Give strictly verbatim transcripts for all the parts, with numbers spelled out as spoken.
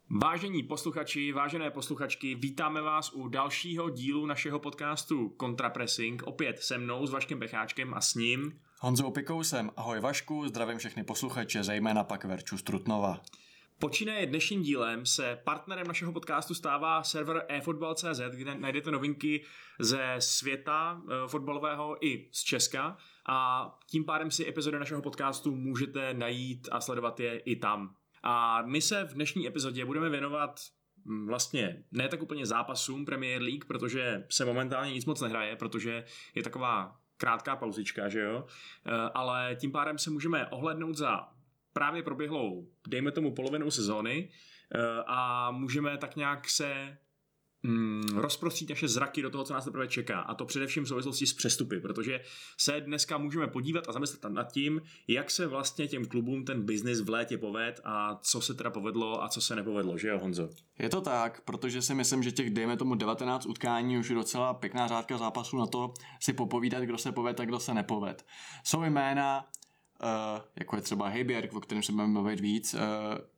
Vážení posluchači, vážené posluchačky, vítáme vás u dalšího dílu našeho podcastu Contrapressing, opět se mnou, s Vaškem Becháčkem a s ním Honzou Pikousem. Ahoj Vašku, zdravím všechny posluchače, zejména pak Verču z Trutnova. Počínaje dnešním dílem se partnerem našeho podcastu stává server e fotbal tečka cé zet, kde najdete novinky ze světa e, fotbalového i z Česka a tím pádem si epizody našeho podcastu můžete najít a sledovat je i tam. A my se v dnešní epizodě budeme věnovat vlastně ne tak úplně zápasům Premier League, protože se momentálně nic moc nehraje, protože je taková krátká pauzička, že jo? Ale tím pádem se můžeme ohlédnout za právě proběhlou, dejme tomu polovinou sezóny a můžeme tak nějak se Hmm, rozprostřít naše zraky do toho, co nás teprve čeká. A to především v souvislosti s přestupy, protože se dneska můžeme podívat a zamyslet nad tím, jak se vlastně těm klubům ten biznis v létě poved a co se teda povedlo a co se nepovedlo, že jo, Honzo? Je to tak, protože si myslím, že těch, dejme tomu devatenáct utkání, už je docela pěkná řádka zápasů na to si popovídat, kdo se poved a kdo se nepoved. Jsou jména, uh, jako je třeba Hejbjerg, o kterém se budeme mluvit víc, uh,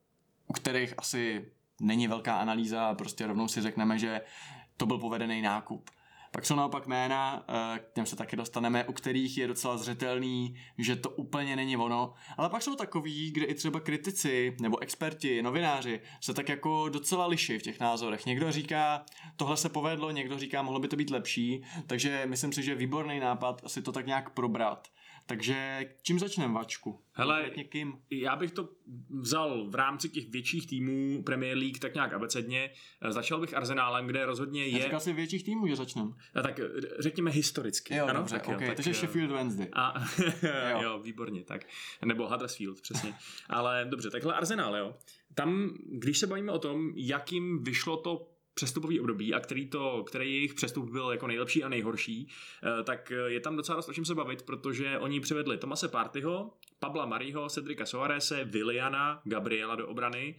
u kterých asi není velká analýza a prostě rovnou si řekneme, že to byl povedený nákup. Pak jsou naopak jména, k těm se taky dostaneme, u kterých je docela zřetelný, že to úplně není ono. Ale pak jsou takový, kde i třeba kritici nebo experti, novináři se tak jako docela liší v těch názorech. Někdo říká, tohle se povedlo, někdo říká, mohlo by to být lepší, takže myslím si, že je výborný nápad si to tak nějak probrat. Takže čím začneme, Vačku? Hele, já bych to vzal v rámci těch větších týmů Premier League tak nějak abecedně. Začal bych Arsenálem, kde rozhodně je... Říkal jsi větších týmů, že začneme? Tak řekněme historicky. Jo, ano, dobře, tak, okay. jo, tak, takže Sheffield Wednesday. A, jo. jo, výborně, tak. Nebo Huddersfield, přesně. Ale dobře, takhle Arsenal, jo. Tam, když se bavíme o tom, jakým vyšlo to přestupový období a který, to, který jejich přestup byl jako nejlepší a nejhorší, tak je tam docela dost o čem se bavit, protože oni přivedli Thomase Parteyho, Pabla Mariho, Cedrika Soarese, Williana, Gabriela do obrany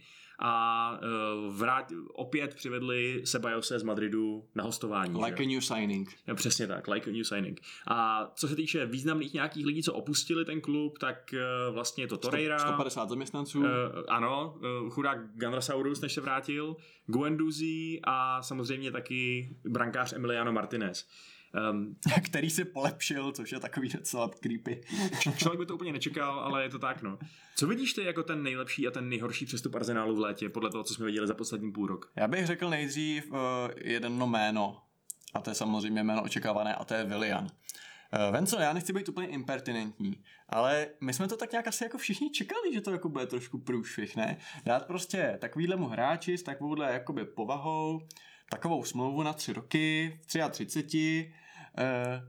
a vrát, opět přivedli Sebajose z Madridu na hostování. Like že? a new signing. Ja, přesně tak, like a new signing. A co se týče významných nějakých lidí, co opustili ten klub, tak vlastně je to Torreira. sto padesát zaměstnanců. Uh, ano, uh, chudák Gandrasaurus, než se vrátil, Guendouzi a samozřejmě taky brankář Emiliano Martinez. Um, který si polepšil, což je takový docela creepy. Č- člověk by to úplně nečekal, ale je to tak, no. Co vidíš ty jako ten nejlepší a ten nejhorší přestup Arsenálu v létě, podle toho, co jsme viděli za poslední půl rok? Já bych řekl nejdřív uh, jedno jméno, a to je samozřejmě jméno očekávané, a to je Willian. Uh, Venco, já nechci být úplně impertinentní, ale my jsme to tak nějak asi jako všichni čekali, že to jako bude trošku průšvih, ne? Dát prostě takovýhlemu hráči s takovouhle jakoby povahou, takovou smlouvu na tři roky, třicet tři, uh,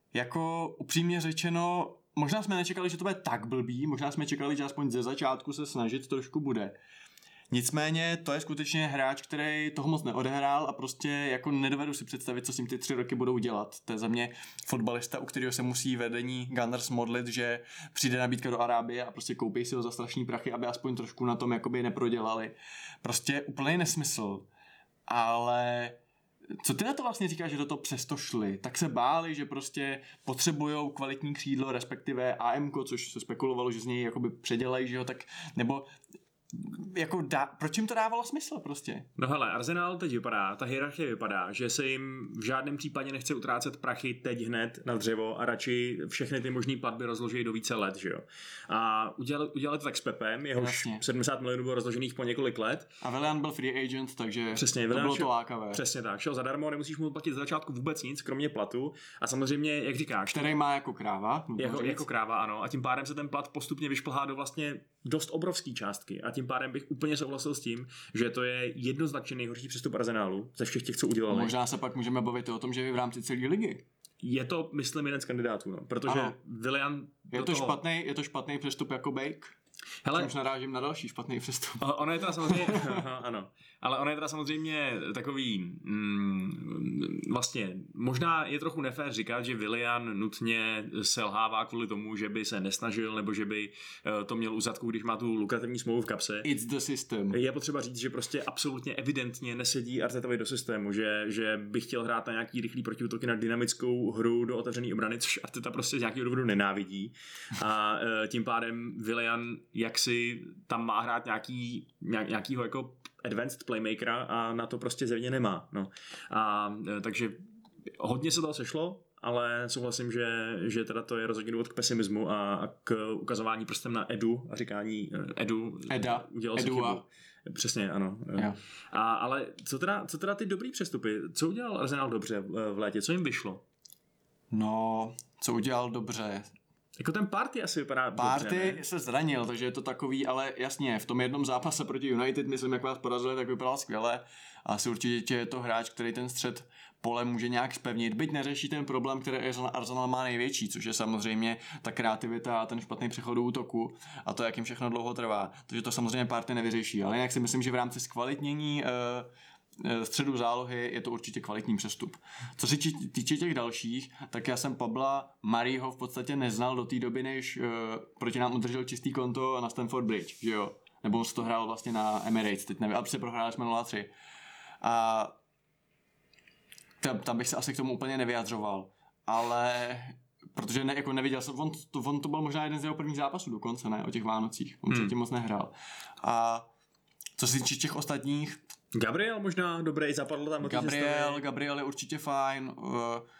jako upřímně řečeno, možná jsme nečekali, že to bude tak blbý, možná jsme čekali, že aspoň ze začátku se snažit trošku bude. Nicméně to je skutečně hráč, který toho moc neodehrál a prostě jako nedovedu si představit, co s tím ty tři roky budou dělat. To je za mě fotbalista, u kterého se musí vedení Gunners modlit, že přijde nabídka do Arábie a prostě koupí si ho za strašný prachy, aby aspoň trošku na tom jakoby neprodělali. Prostě úplný nesmysl. Ale co ty na to vlastně říkáš, že do toho přesto šli? Tak se báli, že prostě potřebujou kvalitní křídlo, respektive á em ko, což se spekulovalo, že z něj jakoby předělají, že jo, tak nebo jako dá, proč jim to dávalo smysl prostě? No hele, Arsenal teď vypadá, ta hierarchie vypadá, že se jim v žádném případě nechce utrácet prachy teď hned na dřevo a radši všechny ty možný platby rozloží do více let, že jo. A udělali, udělali to tak s Pepem, jehož Jasně. sedmdesát milionů bylo rozložených po několik let. A Willian byl free agent, takže přesně, to bylo šel, to lákavé. Přesně tak, šel zadarmo, nemusíš mu platit z začátku vůbec nic, kromě platu a samozřejmě, jak říkáš. Který má jako kráva. Jako, jako kráva, ano. A tím pádem se ten plat postupně vyšplhá do vlastně dost obrovský částky a tím pádem bych úplně souhlasil s tím, že to je jednoznačně nejhorší přestup Arsenálu ze všech těch, co udělali. Možná se pak můžeme bavit o tom, že je v rámci celé ligy. Je to, myslím, jeden z kandidátů, no, protože ano. Willian je to, toho... špatný, je to špatný přestup jako Bake? Hele, už narážím na další špatný přestup. Ono je teda samozřejmě, ano, ale ono je teda samozřejmě takový, mm, vlastně, možná je trochu nefér říkat, že Willian nutně selhává kvůli tomu, že by se nesnažil, nebo že by to měl u zadku, když má tu lukrativní smlouvu v kapse. It's the system. Je potřeba říct, že prostě absolutně evidentně nesedí Artetovi do systému, že, že by chtěl hrát na nějaký rychlý protiútoky, na dynamickou hru do otevřené obrany, což Arteta prostě z nějakého důvodu nenávidí. A tím pádem Willian jak si tam má hrát nějaký, nějakýho jako advanced playmakera a na to prostě zevně nemá. No. A takže hodně se toho sešlo, ale souhlasím, že, že teda to je rozhodně důvod k pesimismu a, a k ukazování prstem na Edu a říkání Edu. Eda. Udělal si chybu. Přesně, ano. Jo. A, ale co teda, co teda ty dobrý přestupy? Co udělal Arsenal dobře v, v létě? Co jim vyšlo? No, co udělal dobře? Jako ten Partey asi vypadá Partey dobře, ne? se zranil, takže je to takový, ale jasně, v tom jednom zápase proti United, myslím, jak vás porazili, tak vypadal skvěle. Asi určitě je to hráč, který ten střed pole může nějak zpevnit, byť neřeší ten problém, který Arsenal má největší, což je samozřejmě ta kreativita a ten špatný přechod do útoku a to, jak jim všechno dlouho trvá. Takže to samozřejmě Partey nevyřeší, ale jinak si myslím, že v rámci zkvalitnění uh, středu zálohy je to určitě kvalitní přestup. Co se týče těch dalších, tak já jsem Pabla Marího v podstatě neznal do té doby, než uh, proti nám udržel čistý konto na Stamford Bridge, že jo? Nebo on to hrál vlastně na Emirates, teď nevím, ale se prohráli jsme nula tři. A tam, tam bych se asi k tomu úplně nevyjadřoval, ale protože ne, jako neviděl jsem, on to, on to byl možná jeden z jeho prvních zápasů dokonce, ne, o těch Vánocích, on hmm. předtím moc nehrál. A co se týče těch ostatních, Gabriel možná dobrý, zapadl tam. Gabriel, Gabriel je určitě fajn. Uh,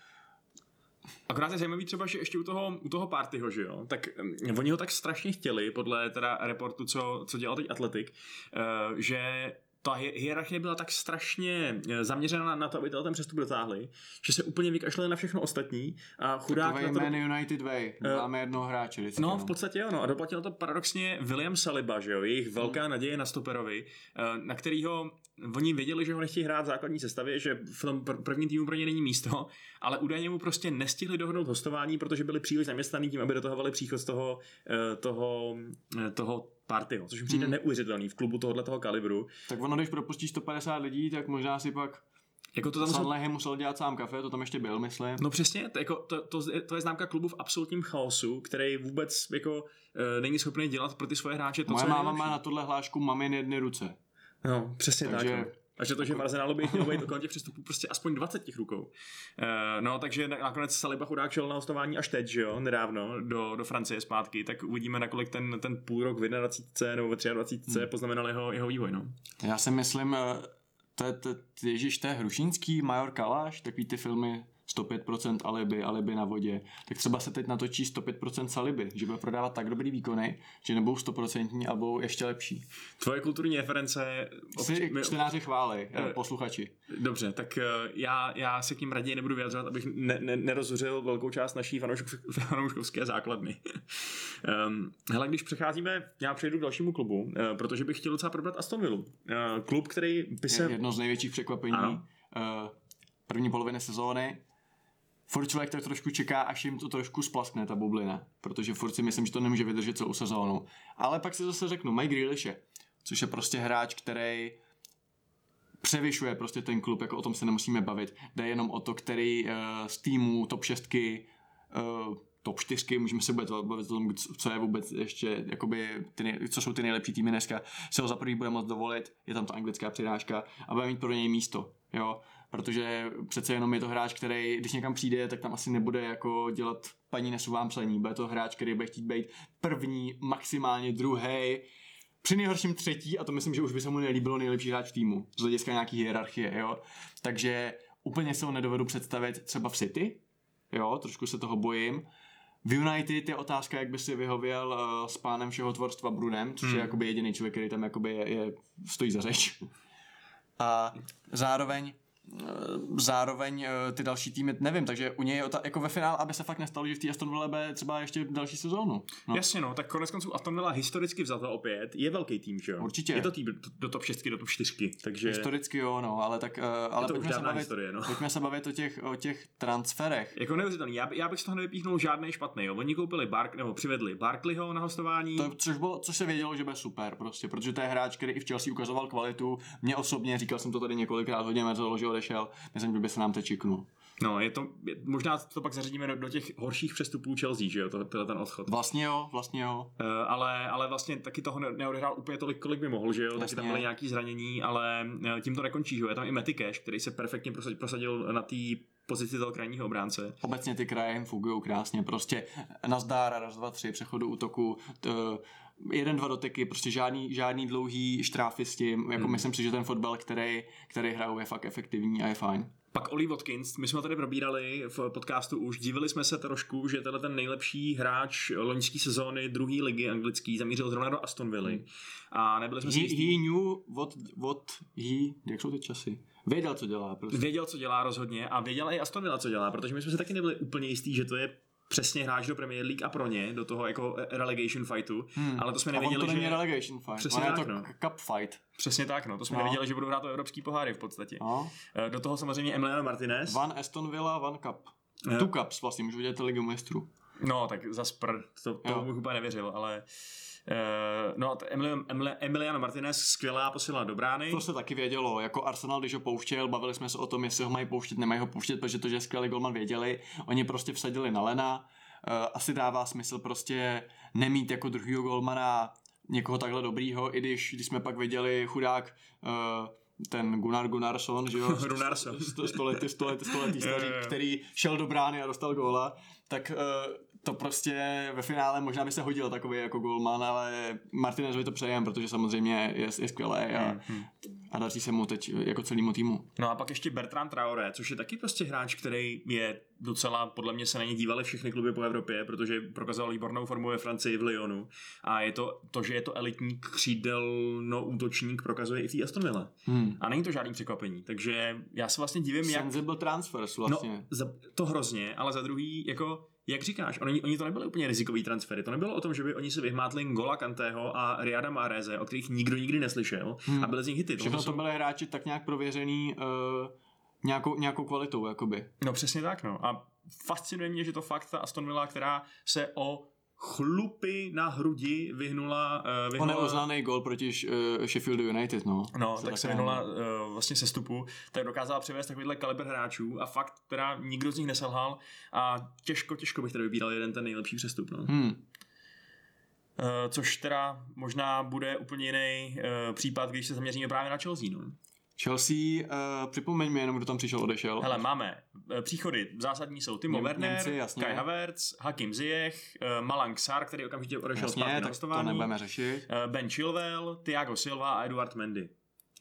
Akorát je zajímavý třeba, že ještě u toho, u toho Parteyho, že jo, tak um, oni ho tak strašně chtěli, podle teda reportu, co, co dělal teď Athletic, uh, že ta hierarchie byla tak strašně zaměřena na to, aby ten přestup dotáhli, že se úplně vykašlali na všechno ostatní a chudák takovej na to... Man United way, uh, máme jednoho hráče vždycky. No, v podstatě ano, a doplatil to paradoxně William Saliba, že jo, jejich velká hmm. naděje na stoperovi, na kterýho oni věděli, že ho nechtějí hrát v základní sestavě, že v tom prvním týmu pro ně není místo, ale údajně mu prostě nestihli dohodnout hostování, protože byli příliš zaměstnaný tím, aby dotahovali příchod z toho, toho, toho Parteyho, což mi přijde hmm. neuvěřitelný v klubu tohoto kalibru. Tak ono, když propustíš sto padesát lidí, tak možná si pak jako to tam Sanlehy musel dělat sám kafe, to tam ještě byl, myslím. No přesně, to, jako, to, to, to je známka klubu v absolutním chaosu, který vůbec jako e, není schopný dělat pro ty svoje hráče to, Moje co máma má na tuhle hlášku mamin jedny ruce. No, přesně takže... tak. No. A že to, že v Arsenálu by mělo být okolo těch přestupů prostě aspoň dvacet těch rukou. Uh, no, takže nakonec Saliba chudák šel na hostování až teď, že jo, nedávno, do, do Francie zpátky, tak uvidíme, nakolik ten, ten půl rok v jednadvacítce nebo ve třiadvacítce hmm. poznamenal jeho, jeho vývoj, no. Já si myslím, to je, to, ježiš, to je Hrušínský, Major Kalaš, takový ty filmy sto pět procent alibi, alibi na vodě, tak třeba se teď natočí sto pět procent Saliby, že bude prodávat tak dobrý výkony, že nebudou sto procent a budou ještě lepší. Tvoje kulturní reference... Si čtenáři chválí, uh, posluchači. Dobře, tak uh, já, já se k ním raději nebudu vyjadřovat, abych ne, ne, nerozuřil velkou část naší fanouškovské základny. um, hele, když přecházíme, já přejdu k dalšímu klubu, uh, protože bych chtěl docela probrat Aston Villa. Uh, klub, který by se... Jedno z největších překvapení uh, první poloviny sezóny. Furt člověk tak trošku čeká, až jim to trošku splaskne, ta bublina, protože furt si myslím, že to nemůže vydržet celou sezónu. Ale pak si zase řeknu, Mike Grealishe, což je prostě hráč, který převyšuje prostě ten klub, jako o tom se nemusíme bavit. Jde jenom o to, který uh, z týmu top šestky, uh, top čtyřky, můžeme se bavit o tom, co je vůbec ještě, jakoby, ty nej, co jsou ty nejlepší týmy dneska, se ho za první bude moct dovolit, je tam ta anglická přirážka a bude mít pro něj místo, jo. Protože přece jenom je to hráč, který, když někam přijde, tak tam asi nebude jako dělat paní nesu vám psaní. Bude to hráč, který bude chtít být první, maximálně druhý, při nejhorším třetí, a to myslím, že už by se mu nelíbilo nejlepší hráč v týmu, z hlediska nějaký hierarchie, jo. Takže úplně se ho nedovedu představit třeba v City, jo, trošku se toho bojím. V United je otázka, jak by si vyhověl uh, s pánem všeho tvorstva Brunem, což hmm. je jakoby jediný člověk, který tam jakoby je, je, stojí za řeč. A zároveň zároveň ty další týmy, nevím, takže u něj je ta, jako ve finále, aby se fakt nestalo, že v té Aston Villa bude třeba ještě další sezónu. No. Jasně, no, tak konec konců Aston Villa historicky vzato opět, je velký tým, že jo? Určitě. Je to tým do, do top šestky, do top čtyřky, takže... Historicky jo, no, ale tak, uh, ale to pojďme, už se bavit, historie, no. pojďme se bavit o těch, o těch transferech. Jako neuvěřitelný, já, já bych z toho nevypíchnul žádnej špatný, jo. Oni koupili Bark, nebo přivedli Barkleyho na hostování. To, což, bylo, což se vědělo, že bude super, prostě, protože to je hráč, který i v Chelsea ukazoval kvalitu. Mě osobně, říkal jsem to tady několikrát, hodně mrzelo, že odešel. Myslím, že by se nám to čiknul. No, je to, je, možná to pak zařadíme do, do těch horších přestupů Chelsea, že jo, to, to, ten odchod. Vlastně jo, vlastně jo. Uh, ale, ale vlastně taky toho ne, neodehrál úplně tolik, kolik by mohl, že jo, vlastně. Taky tam byly nějaký zranění, ale tím to nekončí, že jo, je tam i Matty Cash, který se perfektně prosadil, prosadil na té pozici toho krajního obránce. Obecně ty kraje jim fungují krásně, prostě nazdár, raz, dva, tři, přechodu útoku, t, jeden, dva doteky, prostě žádný, žádný dlouhý štráfy s tím, jako hmm. myslím si, že ten fotbal, který, který hrajou, je fakt efektivní a je fajn. Pak Oli Watkins, my jsme tady probírali v podcastu už, divili jsme se trošku, že tenhle ten nejlepší hráč loňské sezóny druhé ligy anglický zamířil zrovna do Aston Villa. Hmm. A nebyli jsme si jistí. He knew what, what he, jak jsou ty časy? Věděl, co dělá. Prostě. Věděl, co dělá rozhodně a věděl i Aston Villa, co dělá, protože my jsme si taky nebyli úplně jistí, že to je přesně hráč do Premier League a pro ně, do toho jako relegation fightu, hmm. ale to jsme nevěděli, že... A on to není že... relegation fight, přesně on tak, je to no. cup fight. Přesně tak, no, to jsme no. nevěděli, že budou hrát o evropský poháry v podstatě. No. Do toho samozřejmě Emiliano Martinez. One Aston Villa, one cup. Ne. Two cups vlastně, můžu vidět ligu mistrů. No, tak zas prd, to, to bych úplně nevěřil, ale... Uh, no, Emiliano, Emiliano Martinez skvělá posila do brány. To se taky vědělo, jako Arsenal, když ho pouštěl, bavili jsme se o tom, jestli ho mají pouštět, nemají ho pouštět, protože to, že je skvělý golman, věděli. Oni prostě vsadili na Lena. Uh, asi dává smysl prostě nemít jako druhýho golmana někoho takhle dobrýho, i když, když jsme pak viděli chudák uh, ten Gunnar Gunnarsson, že jo? Gunnarsson. Stoletý, stoletý, stoletý starý, který šel do brány a dostal góla, tak uh, to prostě ve finále možná by se hodil takový jako golman, ale Martinezovi to přejem, protože samozřejmě je, je skvělý a, hmm. a daří se mu teď jako celému týmu. No a pak ještě Bertrand Traoré, což je taky prostě hráč, který je docela, podle mě se na ně dívali všechny kluby po Evropě, protože prokazoval výbornou formu ve Francii v Lyonu a je to, to že je to elitní křídelno útočník, prokazuje i v té Aston Villa. Hmm. A není to žádný překvapení, takže já se vlastně divím, jak... Sensible transfers vlastně. No, za, to hrozně, ale za druhý, jako jak říkáš, oni, oni to nebyly úplně rizikový transfery. To nebylo o tom, že by oni si vyhmátli N'Gola Kanteho a Riyada Mahreze, o kterých nikdo nikdy neslyšel hmm. a byly z nich hity. Všechno to jsou... byly hráči tak nějak prověřený uh, nějakou, nějakou kvalitou, jakoby. No přesně tak, no. A fascinuje mě, že to fakt ta Aston Villa, která se o chlupy na hrudi vyhnula... Uh, vyhnula... On je uznaný gól proti uh, Sheffield United, no. No, se tak se vyhnula uh, vlastně sestupu, tak dokázala přivést takovýhle kalibr hráčů a fakt teda nikdo z nich neselhal a těžko, těžko bych tady vybíral jeden ten nejlepší přestup, no. Hmm. Uh, což teda možná bude úplně jiný uh, případ, když se zaměříme právě na Chelsea, no. Chelsea, uh, připomeň mi jenom, kdo tam přišel, odešel. Hele, máme uh, příchody zásadní jsou Timo Něm, Werner, Němci, Kai Havertz, Hakim Ziyech, uh, Malang Sarr, který okamžitě odešel zpátky na hostování. To nebudeme řešit. Uh, Ben Chilwell, Thiago Silva a Eduard Mendy. Uh,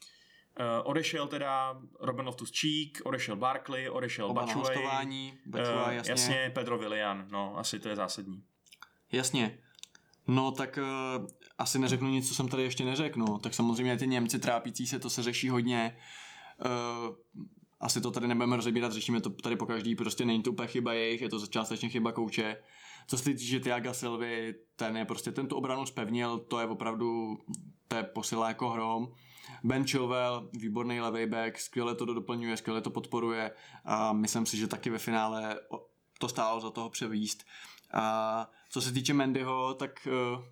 odešel teda Robin Loftus-Cheek, odešel Barkley, odešel Oba Batshuayi. na hostování, Batshuayi, uh, jasně. Jasně, Pedro Willian, no, asi to je zásadní. Jasně. No tak uh, asi neřeknu nic, co jsem tady ještě neřekl, no. Tak samozřejmě ty Němci trápící se, to se řeší hodně. Uh, asi to tady nebudeme rozebírat, řešíme to tady po každý, prostě není to úplně chyba jejich, je to částečně chyba kouče. Co se týče Thiaga Silvy, ten je prostě, ten tu obranu zpevnil, to je opravdu, to je posila jako hrom. Ben Chilwell, výborný levej back, skvěle to doplňuje, skvěle to podporuje a myslím si, že taky ve finále to stálo za toho převíst. A co se týče Mendyho, tak uh,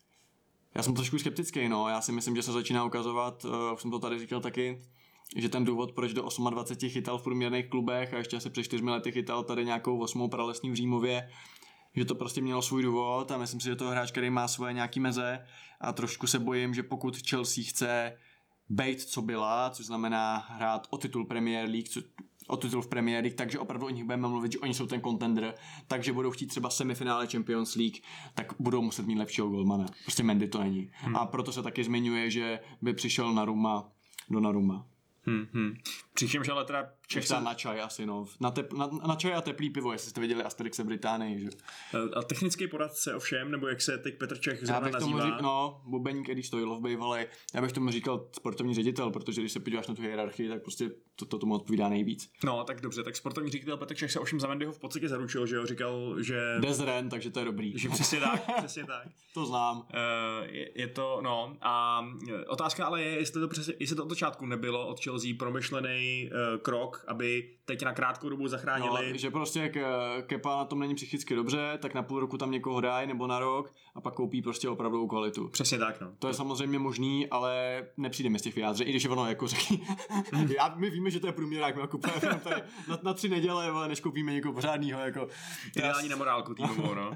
já jsem trošku skeptický, no. Já si myslím, že se začíná ukazovat, uh, už jsem to tady říkal taky, že ten důvod, proč do dvacet osm chytal v průměrných klubech a ještě asi před čtyřmi lety chytal tady nějakou osmou pralesní v Římově, že to prostě mělo svůj důvod a myslím si, že to je hráč, který má svoje nějaký meze a trošku se bojím, že pokud Chelsea chce bejt, co byla, což znamená hrát o titul Premier League, co, o titul v Premier League, takže opravdu o nich budeme mluvit, že oni jsou ten contender, takže budou chtít třeba semifinále Champions League, tak budou muset mít lepšího golmana. Prostě Mendy to není. Hmm. A proto se taky zmiňuje, že by přišel na Ruma, do Naruma. Hmm, hmm. Přičemž ale teda Čech se... na čaj asi, no. Na, tep, na, na čaj a teplý pivo, jestli jste viděli Asterix v Británii, že? A technický poradce ovšem, nebo jak se teď Petr Čech zrovna nazývá? Řík, no, bubeník Eddie Stojlov bývalej, já bych tomu říkal sportovní ředitel, protože když se podíváš na tu hierarchii, tak prostě to, to tomu odpovídá nejvíc. No, tak dobře, tak sportovní ředitel Petr Čech se ovšem za Mendyho v podstatě zaručil, že jo, říkal, že... Dezren, takže to je dobrý. Že přesně tak, přesně tak. To znám. Uh, je, je to, no, a otázka ale je, jestli to, přesně, jestli to od začátku nebylo od Chelsea promyšlený uh, krok, aby teď na krátkou dobu zachránili. No, že prostě Kepa na tom není psychicky dobře, tak na půl roku tam někoho dají nebo na rok a pak koupí prostě opravdovou kvalitu. Přesně tak, no. To je samozřejmě možný, ale nepřijde mi z těch vyjádření, i když ono jako řekni. Já, my víme, že to je průměrák, my jako tady na, na tři neděle, ale než koupíme někoho pořádného. Jako. Ideální na morálku týmovou, no.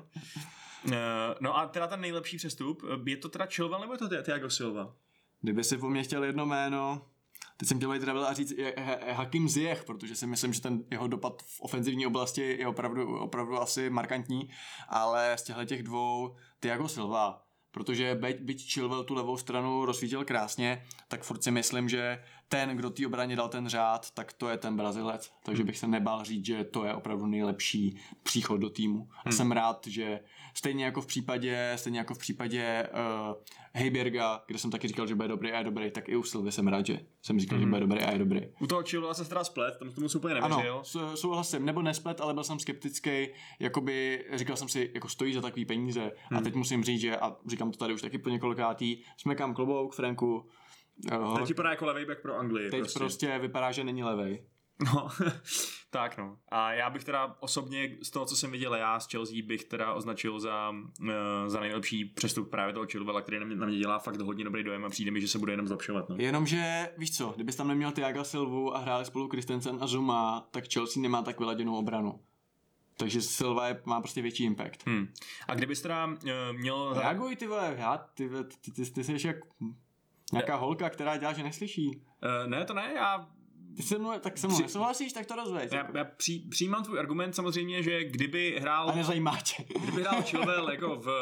No a teda ten nejlepší přestup, je to teda Chilwell nebo je to Thiago Silva? Kdyby si po mně chtěl jedno jméno, teď jsem chtěl teda a říct Hakim Ziyech, protože si myslím, že ten jeho dopad v ofenzivní oblasti je opravdu, opravdu asi markantní, ale z těchto těch dvou Thiago Silva, protože byť, byť Chilwell tu levou stranu rozsvítil krásně, tak furt si myslím, že ten, kdo té obraně dal ten řád, tak to je ten Brazilec. Takže bych se nebál říct, že to je opravdu nejlepší příchod do týmu. A hmm. jsem rád, že stejně jako v případě, stejně jako v případě uh, Heiberga, kde jsem taky říkal, že bude dobrý a je dobrý, tak i u Silvy jsem rád, že jsem říkal, hmm. že bude dobrý a je dobrý. U toho Chilwella se teda splet, tam tomu úplně nevěřil. Ano, souhlasím, nebo nesplet, ale byl jsem skeptický, jakoby říkal jsem si, jako stojí za takový peníze hmm. a teď musím říct, že, a říkám to tady už taky po několikátý, smekám klobouk, Franku. Uh, teď vypadá jako levej back pro Anglii. Teď prostě. prostě vypadá, že není levej. No, tak no. A já bych teda osobně z toho, co jsem viděl já z Chelsea, bych teda označil za, uh, za nejlepší přestup právě toho Chilwella, který na mě, na mě dělá fakt hodně dobrý dojem a přijde mi, že se bude jenom zlepšovat. No. Jenomže, víš co, kdybys tam neměl Thiaga Silvu a hráli spolu Christensen a Zuma, tak Chelsea nemá tak vyladěnou obranu. Takže Silva je, má prostě větší impact. Hmm. A kdybys teda uh, měl... Reaguj ty vole, já, ty, ty, ty, ty, ty jsi jak nějaká holka, která dělá, že neslyší. Uh, ne, to ne, já... Ty se mnou, tak se mnou Při... nesouhlasíš, tak to rozveď. Já, já při, přijímám tvůj argument samozřejmě, že kdyby hrál... A nezajímá tě. Kdyby hrál Chilwell jako v,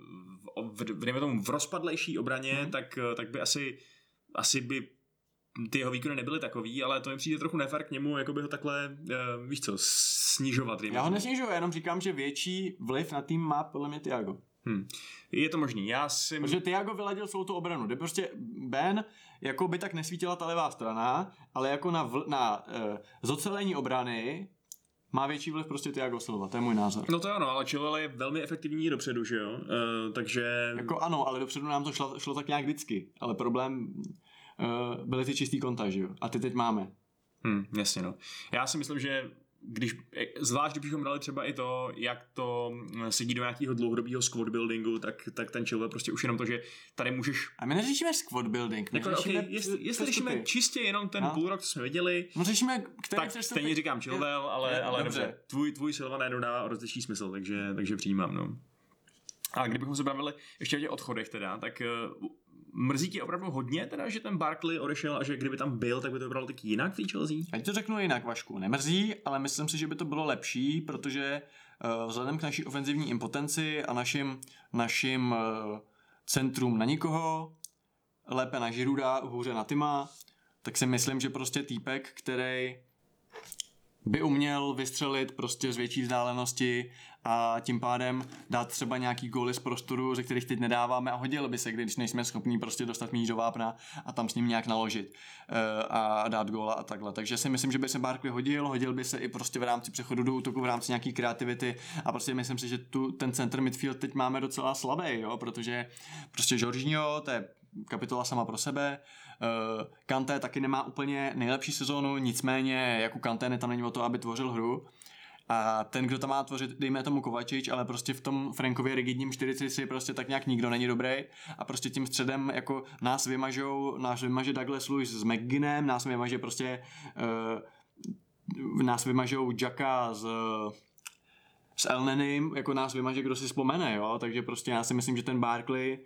v, v, v, tomu, v rozpadlejší obraně, hmm. tak, tak by asi, asi by ty jeho výkony nebyly takový, ale to mi přijde trochu nefér k němu, jako by ho takhle, uh, víš co, snižovat. Já ho nesnižuju, jenom říkám, že větší vliv na tým má podle mě Thiago. Hmm. Je to možný, já si... Protože Thiago vyladil celou tu obranu, kde prostě Ben, jako by tak nesvítila ta levá strana, ale jako na, vl- na uh, zocelení obrany má větší vliv prostě Thiago Silva, to je můj názor. No to ano, ale Chilwell je velmi efektivní dopředu, že jo, uh, takže... Jako ano, ale dopředu nám to šlo, šlo tak nějak vždycky, ale problém uh, byly ty čistý konta, že jo, a ty teď máme. Hmm, jasně no. Já si myslím, že když, zvlášť kdybychom dali třeba i to, jak to sedí do nějakého dlouhodobého squad buildingu, tak, tak ten Chilwell prostě už jenom to, že tady můžeš... A my neřešíme squad building. My jako, řešíme okay, jestli, jestli řešíme čistě jenom ten no. půl rok, co jsme viděli, no řešíme, který tak stejně říkám Chilwell, ale, je, ale dobře. dobře. Tvůj, tvůj Silva najednou dá rozličný smysl, takže, takže přijímám. No. A kdybychom se bavili ještě o těch odchodech teda, tak uh, mrzí tě opravdu hodně teda, že ten Barkley odešel a že kdyby tam byl, tak by to vypadalo tak jinak v té Chelsea? Ať to řeknu jinak, Vašku. Nemrzí, ale myslím si, že by to bylo lepší, protože uh, vzhledem k naší ofenzivní impotenci a našim, našim uh, centrum na nikoho, lépe na Girouda, hůře na Tima, tak si myslím, že prostě týpek, který by uměl vystřelit prostě z větší vzdálenosti a tím pádem dát třeba nějaký góly z prostoru, ze kterých teď nedáváme a hodil by se, když nejsme schopní prostě dostat míč do vápna a tam s ním nějak naložit uh, a dát góla a takhle. Takže si myslím, že by se Barkley hodil, hodil by se i prostě v rámci přechodu do útoku, v rámci nějaký kreativity a prostě myslím si, že tu ten center midfield teď máme docela slabý, jo, protože prostě Jorginho, to je kapitola sama pro sebe. Uh, Kanté taky nemá úplně nejlepší sezónu, nicméně jako Kanté tam není o to, aby tvořil hru. A ten, kdo tam má tvořit, dejme tomu Kovačič, ale prostě v tom Frankově rigidním čtyřicet tři prostě tak nějak nikdo není dobrý a prostě tím středem jako nás vymažou, nás vymaže Douglas Luiz s McGinnem, nás vymaže prostě uh, nás vymažou Jacka s s Elnenym, jako nás vymaže, kdo si vzpomene, jo, takže prostě já si myslím, že ten Barkley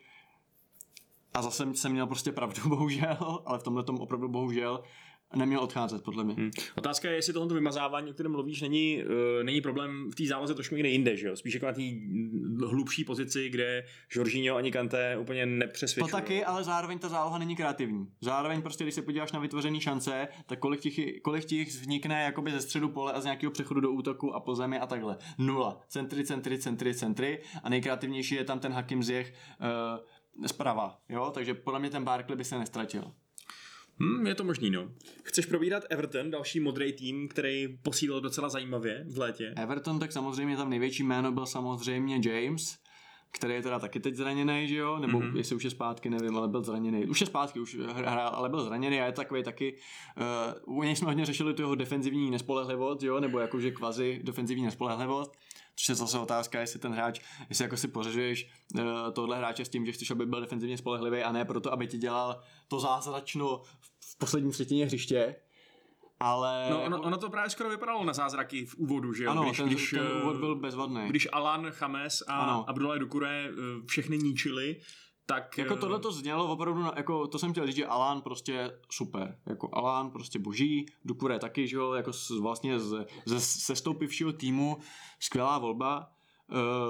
a zase jsem měl prostě pravdu, bohužel, ale v tomhle tom opravdu bohužel neměl odcházet, podle mě. Hmm. Otázka je, jestli tohle vymazávání, o kterém mluvíš, není, uh, není problém v té záloze trošku někde jinde, že jo? Spíš jako na té hlubší pozici, kde Jorginho ani Kanté úplně nepřesvědčují. To taky, ale zároveň ta záloha není kreativní. Zároveň prostě, když se podíváš na vytvořené šance, tak kolik těch, kolik těch vznikne jakoby ze středu pole a z nějakého přechodu do útoku a po zemi a takhle. Nula. Centry, centry, centry, centry a nejkreativnější je tam ten Hakim Ziyech uh, zprava, jo? Takže podle mě ten Barkley by se nestratil. Hmm, je to možný, no. Chceš probírat Everton, další modrý tým, který posílil docela zajímavě v létě? Everton, tak samozřejmě tam největší jméno byl samozřejmě James, který je teda taky teď zraněný, že jo? Nebo mm-hmm. jestli už je zpátky, nevím, ale byl zraněný. Už je zpátky, už hrál, ale byl zraněný a je takový taky... Uh, u něj jsme hodně řešili tu jeho defenzivní nespolehlivost, jo? Nebo jakože kvazi defenzivní nespolehlivost. Což je zase otázka, jestli ten hráč, jestli jako si pořizuješ uh, tohle hráče s tím, že chceš, aby byl defenzivně spolehlivý a ne proto, aby ti dělal to zázračno v poslední třetině hřiště. Ale... No ono, ono to právě skoro vypadalo na zázraky v úvodu, že jo? Ano, když, ten, když, ten úvod byl bezvadný. Když Alan, James a Abdoulaye Doucouré všechny ničili, tak... Jako tohle to znělo opravdu, jako to jsem chtěl říct, že Alan prostě super. Jako Alan prostě boží, Doucouré taky, že jo? Jako z, vlastně ze, ze sestoupivšího týmu skvělá volba. Uh,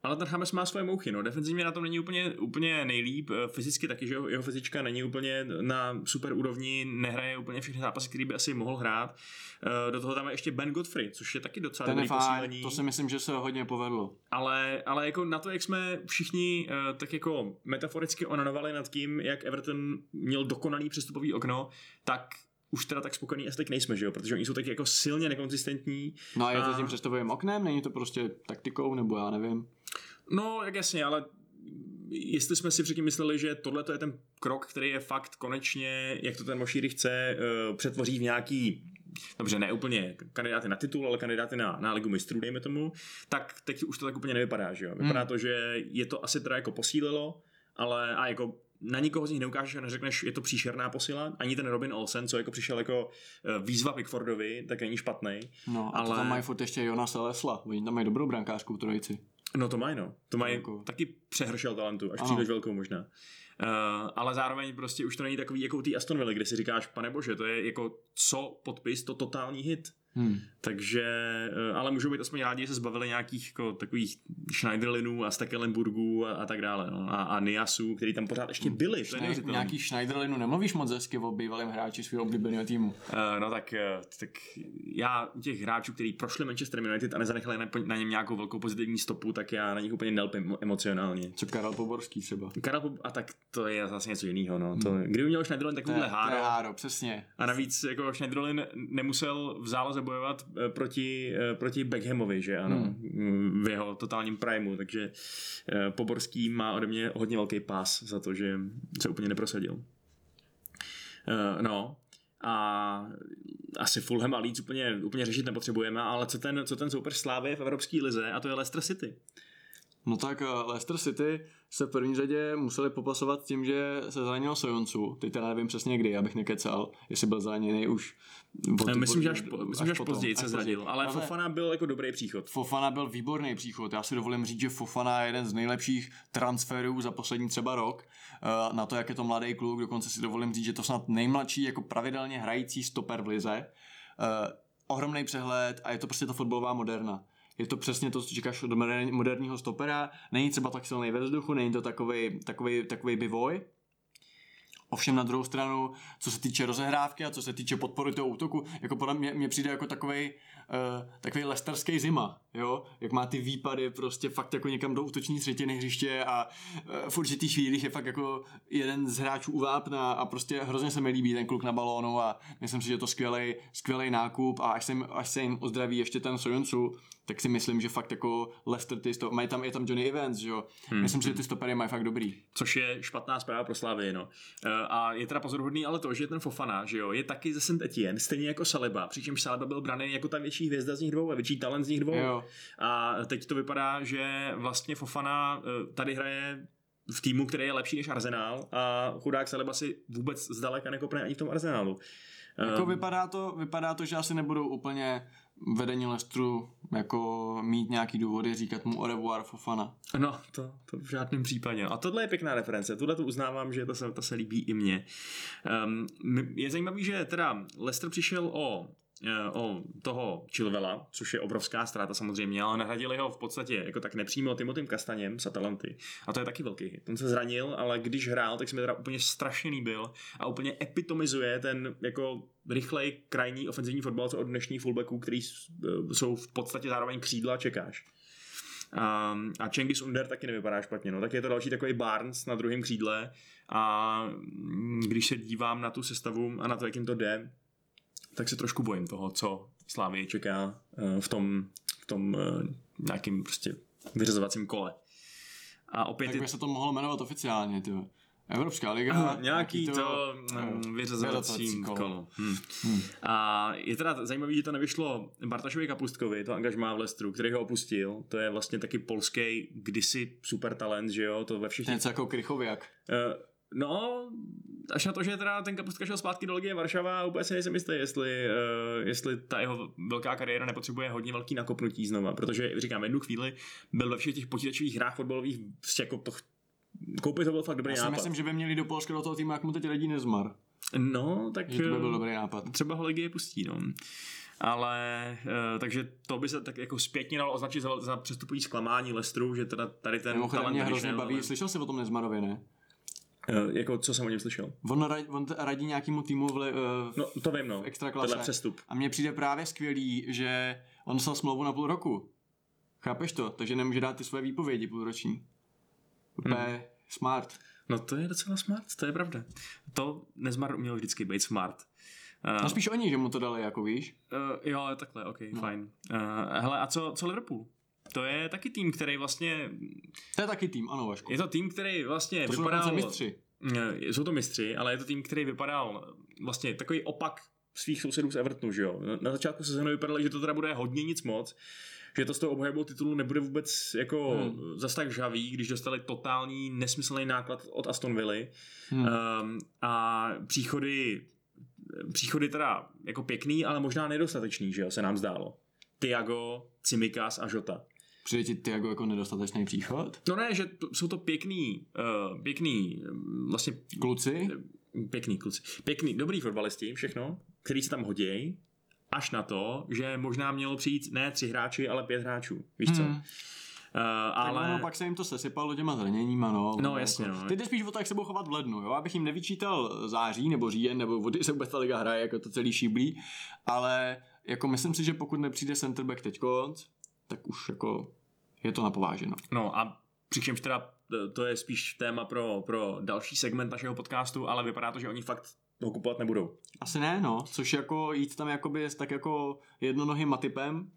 Ale ten James má svoje mouchy, no. Defenzivně na tom není úplně, úplně nejlíp, fyzicky taky, že jeho, jeho fyzička není úplně na super úrovni, nehraje úplně všechny zápasy, který by asi mohl hrát. Do toho tam je ještě Ben Godfrey, což je taky docela ten dobrý fajn, posílení. to si myslím, že se hodně povedlo. Ale, ale jako na to, jak jsme všichni tak jako metaforicky onanovali nad tím, jak Everton měl dokonalý přestupový okno, tak už teda tak spokojený asi tak nejsme, že jo? Protože oni jsou taky jako silně nekonzistentní. No a je to tím přestupovým oknem? Není to prostě taktikou, nebo já nevím? No, jak jasně, ale jestli jsme si předtím mysleli, že tohle je ten krok, který je fakt konečně, jak to ten Mošíry chce, uh, přetvoří v nějaký, dobře, ne úplně kandidáty na titul, ale kandidáty na, na ligu mistrů, dejme tomu, tak teď už to tak úplně nevypadá, že jo? Vypadá hmm. to, že je to asi teda jako posílilo, ale a jako na nikoho z nich neukážeš a neřekneš, je to příšerná posila. Ani ten Robin Olsen, co jako přišel jako výzva Pickfordovi, tak není špatný. No a ale... to tam mají furt ještě Jonasa Lesla. Oni tam mají dobrou brankářskou trojici. No to mají, no. To mají jako... taky přehršel talentu, až příliš velkou možná. Uh, ale zároveň prostě už to není takový jako u té Aston Villa, kde si říkáš, pane bože, to je jako co podpis, to totální hit. Hmm. Takže, ale můžou být aspoň rádi, že se zbavili nějakých jako, takových Schneiderlinů a Stekelenburgů a, a tak dále. No. A, a Niasů, který tam pořád ještě byli. Schneider, nějaký Schneiderlinů nemluvíš moc hezky o bývalém hráči svého oblíbeného týmu. Uh, no tak, tak já u těch hráčů, kteří prošli Manchester United a nezanechali na, na něm nějakou velkou pozitivní stopu, tak já na nich úplně nelpím emocionálně. Co Karel Poborský třeba. Karel Pob- a tak to je zase něco jiného. No. To, hmm. Kdyby měl Schneiderlin takovýhle háro. háro, přesně. A navíc jako Schneiderlin nemusel v záloze bojovat proti, proti Beckhamovi, že ano, hmm. v jeho totálním primu, takže Poborský má ode mě hodně velký pás za to, že se úplně neprosadil. No a asi Fulham a Leeds úplně, úplně řešit nepotřebujeme, ale co ten, co ten soupeř Slávy v Evropské lize, a to je Leicester City. No tak Leicester City se v první řadě museli popasovat tím, že se zranil Sojoncu. Teď teda nevím přesně kdy, abych nekecal, jestli byl zraněný už. Bod, myslím, že až, po, myslím, až, až později se zranil, ale, ale Fofana byl jako dobrý příchod. Fofana byl výborný příchod. Já si dovolím říct, že Fofana je jeden z nejlepších transferů za poslední třeba rok. Na to, jak je to mladý kluk, dokonce si dovolím říct, že to snad nejmladší jako pravidelně hrající stoper v lize. Ohromný přehled a je to prostě ta fotbalová moderna. Je to přesně to, co říkáš do moderního stopera, není třeba tak silný ve vzduchu, není to takovej, takovej, takovej bivoj. Ovšem na druhou stranu, co se týče rozehrávky a co se týče podpory toho útoku, jako podle mě, mě přijde jako takovej, uh, takovej lesterský zima, jo? Jak má ty výpady prostě fakt jako někam do útoční třetiny hřiště a uh, v určitých chvílích je fakt jako jeden z hráčů u vápna a prostě hrozně se mi líbí ten kluk na balónu a myslím si, že je to skvělej, skvělej nákup a až se jim, až se jim ozdraví ještě ten Sojoncu, tak si myslím, že fakt jako Leicester, ty sto... mají tam, je tam Johnny Evans, že jo. Hmm. Myslím si, že ty stopery mají fakt dobrý. Což je špatná zpráva pro Slavii, no. A je teda pozoruhodný ale to, že ten Fofana, že jo, je taky ze Saint Etienne, stejně jako Saliba, přičemž Saliba byl braný jako ta větší hvězda z nich dvou a větší talent z nich dvou. Jo. A teď to vypadá, že vlastně Fofana tady hraje v týmu, který je lepší než Arsenal a chudák Saliba si vůbec zdaleka nekopne ani v tom Arsenalu. Jako um, vypadá to, vypadá to, že asi nebudou úplně vedení Leicesteru jako mít nějaký důvody říkat mu au revoir Fofana. No, to, to v žádném případě. A tohle je pěkná reference. Tuhle tu uznávám, že to se, to se líbí i mně. Um, je zajímavý, že teda Leicester přišel o o toho Chilwella, což je obrovská ztráta samozřejmě, ale nahradili ho v podstatě jako tak nepřímo Timotym Kastaněm z Atalanty. A to je taky velký hit. On se zranil, ale když hrál, tak se mi teda úplně strašně líbil a úplně epitomizuje ten jako rychlej krajní ofenzivní fotbal, co od dnešních fullbacků, který jsou v podstatě zároveň křídla, čekáš. A, a Cengiz Under taky nevypadá špatně, no. Tak je to další takový Barnes na druhém křídle a když se dívám na tu sestavu a na to, jak jim to jde, tak se trošku bojím toho, co Slavii čeká v tom, v tom nějakým prostě vyřazovacím kole. A opět tak by je... se to mohlo jmenovat oficiálně, tyjo. Evropská liga. Uh, nějaký to, to no, vyřazovací kolo. Hmm. Hmm. A je teda zajímavý, že to nevyšlo Bartošovi Kapustkovi, to angažmá v Leicesteru, který ho opustil. To je vlastně taky polský kdysi super talent, že jo, to ve všech... Něco jako Krychoviak. Uh, No, až na to, že teda ten Kapustka šel zpátky do Legie Varšava a úplně si nejsem jistý, jestli, uh, jestli ta jeho velká kariéra nepotřebuje hodně velký nakopnutí znova, protože říkám, jednu chvíli byl ve všech těch počítačových hrách fotbalových jako to, koupit to byl fakt dobrý nápad. Já si myslím, že by měli do Polska do toho týmu, jak mu teď radí Nezmar. No, tak... Že to by byl dobrý nápad. Třeba ho Legie pustí, no. Ale, uh, takže to by se tak jako zpětně dalo označit za, za přestupový zklamání Leicesteru, že teda tady ten Mimochodem talent mě hrozně nevyšel, baví, ale... slyšel jsi o tom Nezmarovi, ne? Uh, jako, co jsem o něm slyšel? On, rad, on radí nějakému týmu v, uh, no, to vím, no. v extraklase. Tenhle přestup. A mně přijde právě skvělý, že on dostal smlouvu na půl roku. Chápeš to? Takže nemůže dát ty své výpovědi půlroční. Úplně hmm. smart. No to je docela smart, to je pravda. To Nezmar uměl vždycky být smart. Uh, no spíš oni, že mu to dali, jako víš. Uh, jo, takhle, ok, no. Fajn. Uh, hele, a co, co Liverpool? To je taky tým, který vlastně... To je taky tým, ano, Vašku. Je to tým, který vlastně to vypadal... To jsou mistři. Jsou to mistři, ale je to tým, který vypadal vlastně takový opak svých sousedů z Evertonu, že jo. Na začátku sezóny vypadalo, že to teda bude hodně nic moc, že to s tou obhajobou titulu nebude vůbec jako hmm. zas tak žavý, když dostali totální nesmyslný náklad od Aston Villy. Hmm. Um, a příchody příchody teda jako pěkný, ale možná nedostatečný, že jo, se nám zdálo. Thiago, Tsimikas a Jota. Přijde ti Thiago jako nedostatečný příchod? No ne, že to, jsou to pěkný, uh, pěkný vlastně... Kluci? Pěkný kluci. Pěkný, dobrý fotbalisti, všechno, který se tam hodějí, až na to, že možná mělo přijít ne tři hráči, ale pět hráčů. Víš co? Hmm. Uh, ale... No, pak se jim to sesypalo těma zraněníma, no. No jasně, jako, no. Ty jde spíš o to, jak se budou chovat v lednu, jo. Abych jim nevyčítal září nebo říjen, nebo vody se vůbec ta liga hraje, jako to celý šíblí, ale jako myslím si, že pokud nepřijde centerback teďkonc, tak už jako je to napováženo. No a přičemž teda to je spíš téma pro, pro další segment našeho podcastu, ale vypadá to, že oni fakt toho kupovat nebudou. Asi ne, no, což jako jít tam jakoby s tak jako jednonohým Matipem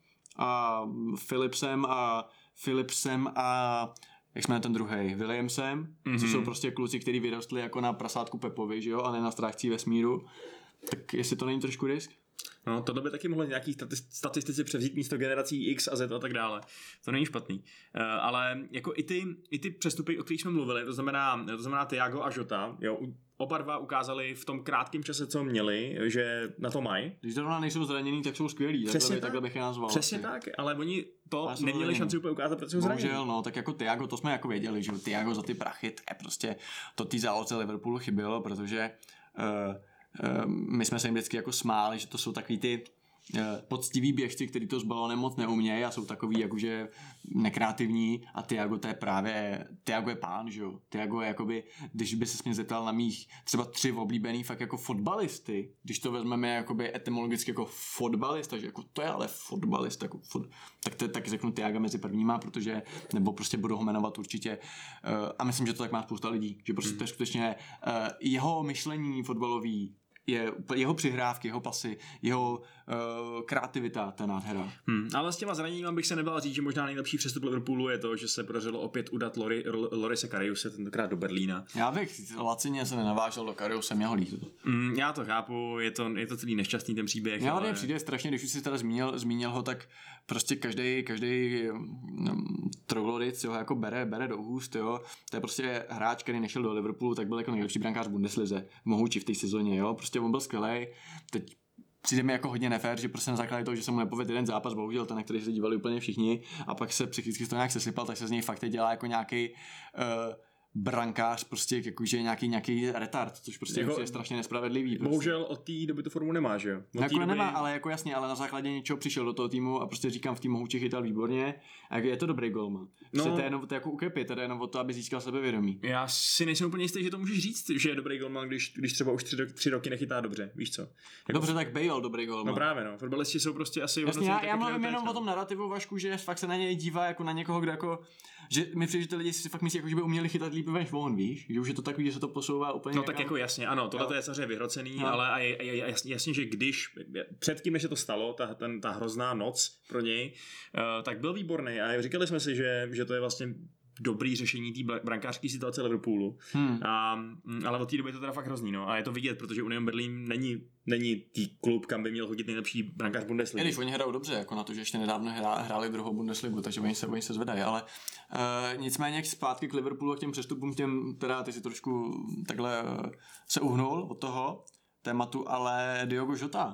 a Philipsem a Philipsem a jak jsme ten druhej, Williamsem, mm-hmm. což jsou prostě kluci, kteří vyrostli jako na prasátku Pepovi, že jo, a ne na strážcí vesmíru, tak jestli to není trošku risk? No, to by taky mohlo nějaký statistici převzít místo generací X a Z a tak dále. To není špatný. Uh, ale jako i ty, i ty přestupy, o kterých jsme mluvili, to znamená, to znamená Thiago a Jota, jo, oba dva ukázali v tom krátkém čase, co měli, že na to mají. Když zrovna nejsou zranění, tak jsou skvělí. Přesně takhle, tak. takhle bych je nazval. Přesně tak, ale oni to neměli zranění. Šanci úplně ukázat, protože jsou zranění. Bohužel, no, tak jako Thiago, to jsme jako věděli, že Thiago za ty prachy, to je prostě, to tý záloze Liverpoolu chybělo, protože uh, uh, my jsme se jim vždycky jako smáli, že to jsou takový ty poctiví běžci, kteří to s balonem moc neumějí a jsou takový jakože nekreativní a Thiago to je právě, Thiago je pán, že jo. Thiago je jakoby, když by se mě zeptal na mých třeba tři oblíbený fakt jako fotbalisty, když to vezmeme jakoby etymologicky jako fotbalista, že jako to je ale fotbalista, jako fot, tak to tak řeknu Thiago mezi prvníma, protože, nebo prostě budu ho jmenovat určitě uh, a myslím, že to tak má spousta lidí, že prostě mm. to je skutečně uh, jeho myšlení fotbalový je jeho přihrávky, jeho pasy, jeho uh, kreativita, ta nádhera. Hmm, ale s těma zraněníma bych se nebál říct, že možná nejlepší přestup Liverpoolu je to, že se podařilo opět udat Lori, Lorise Kariuse, tentokrát do Berlína. Já bych lacině se nenavážel do Kariuse, mě ho líto. Hmm, já to chápu, je to, je to celý nešťastný ten příběh. Já ale... přijde strašně, když už jsi teda zmínil, zmínil ho, tak prostě každý každý no, troglodic ho jako bere, bere do úst, jo. To je prostě hráč, který nešel do Liverpoolu, tak byl jako nejlepší brankář v Bundeslize, mohouči v té sezóně, jo. Prostě on byl skvělej. Teď přijde mi jako hodně nefér, že prostě na základě toho, že se mu nepovedl jeden zápas, bohužel ten, na který se dívali úplně všichni, a pak se psychicky to nějak sesypal, tak se z něj fakt dělá jako nějaký uh, brankář, prostě jakože nějaký, nějaký retard, což prostě jako, je strašně nespravedlivý. Prostě. Bohužel od té doby tu formu nemá, že jo? Jako doby... nemá, ale jako jasně, ale na základě něčeho přišel do toho týmu a prostě říkám, v týmu Houči chytal výborně a je to dobrý golman. Prostě no, to je jenom to jako u Kepy, to je jenom o to, aby získal sebevědomí. Já si nejsem úplně jistý, že to můžeš říct, že je dobrý golman, když, když třeba už tři, tři roky nechytá dobře, víš co? Jako... Dobře, tak Bale dobrý golman. No právě, no. Fotbalisti jsou prostě asi jasně, já, já mluvím jenom o tom narrativu, Vašku, že fakt se na něj dívá jako na někoho, kdo jako že mi přijde, že ty lidi si fakt myslí, jako, že by uměli chytat líp než on, víš? Že už je to takový, že se to posouvá úplně. No někam... tak jako jasně, ano, tohle je samozřejmě vyhrocený, no. Ale a je, je, je jasně, jasně, že když předtím, než se to stalo, ta, ten, ta hrozná noc pro něj, uh, tak byl výborný a říkali jsme si, že, že to je vlastně dobrý řešení té brankářské situace Liverpoolu. Hmm. A, ale od té doby je to teda fakt hrozný, no. A je to vidět, protože Union Berlin není, není tý klub, kam by měl chodit nejlepší brankář Bundesligy. Když oni hrajou dobře, jako na to, že ještě nedávno hráli druhou Bundesligu, takže oni se, oni se zvedají, ale uh, nicméně zpátky k Liverpoolu a k těm přestupům, těm, teda ty si trošku takhle uh, se uhnul od toho tématu, ale Diogo Jota.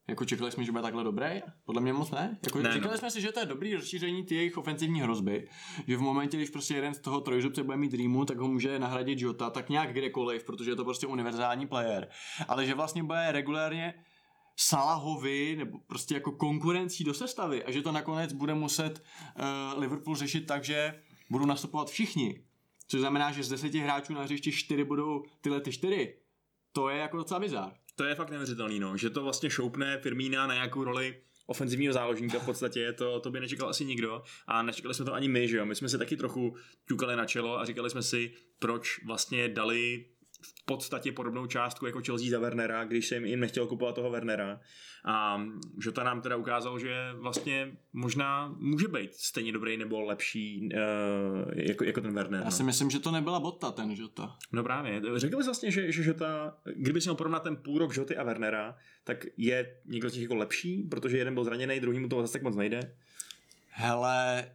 Jako čekali jsme, že bude takhle dobré? Podle mě moc ne. Jako ne čekali no. jsme si, že to je dobrý rozšíření ty jejich ofenzivní hrozby. Že v momentě, když prostě jeden z toho trojzubce bude mít Dreamu, tak ho může nahradit Jota, tak nějak kdekoliv, protože je to prostě univerzální player. Ale že vlastně bude regulérně Salahovi nebo prostě jako konkurencí do sestavy a že to nakonec bude muset uh, Liverpool řešit tak, že budou nastupovat všichni. Což znamená, že z deseti hráčů na hřišti čtyři budou tyhle ty čtyři. To je jako docela bizár. To je fakt neuvěřitelný, no, že to vlastně šoupne Firmína na nějakou roli ofenzivního záložníka v podstatě, to, to by nečekal asi nikdo a nečekali jsme to ani my, že jo, my jsme si taky trochu ťukali na čelo a říkali jsme si, proč vlastně dali v podstatě podobnou částku jako Chelsea za Wernera, když se jim, jim nechtěl kupovat toho Wernera. A že to nám teda ukázalo, že vlastně možná může být stejně dobrý nebo lepší uh, jako, jako ten Werner. Já si no. myslím, že to nebyla Botta, ten Jota. No právě. Řekl bys vlastně, že, že Jota, kdyby si měl porovnat ten půl rok Joty a Wernera, tak je někdo z těch jako lepší, protože jeden byl zraněný, druhý mu to zase tak moc nejde? Hele,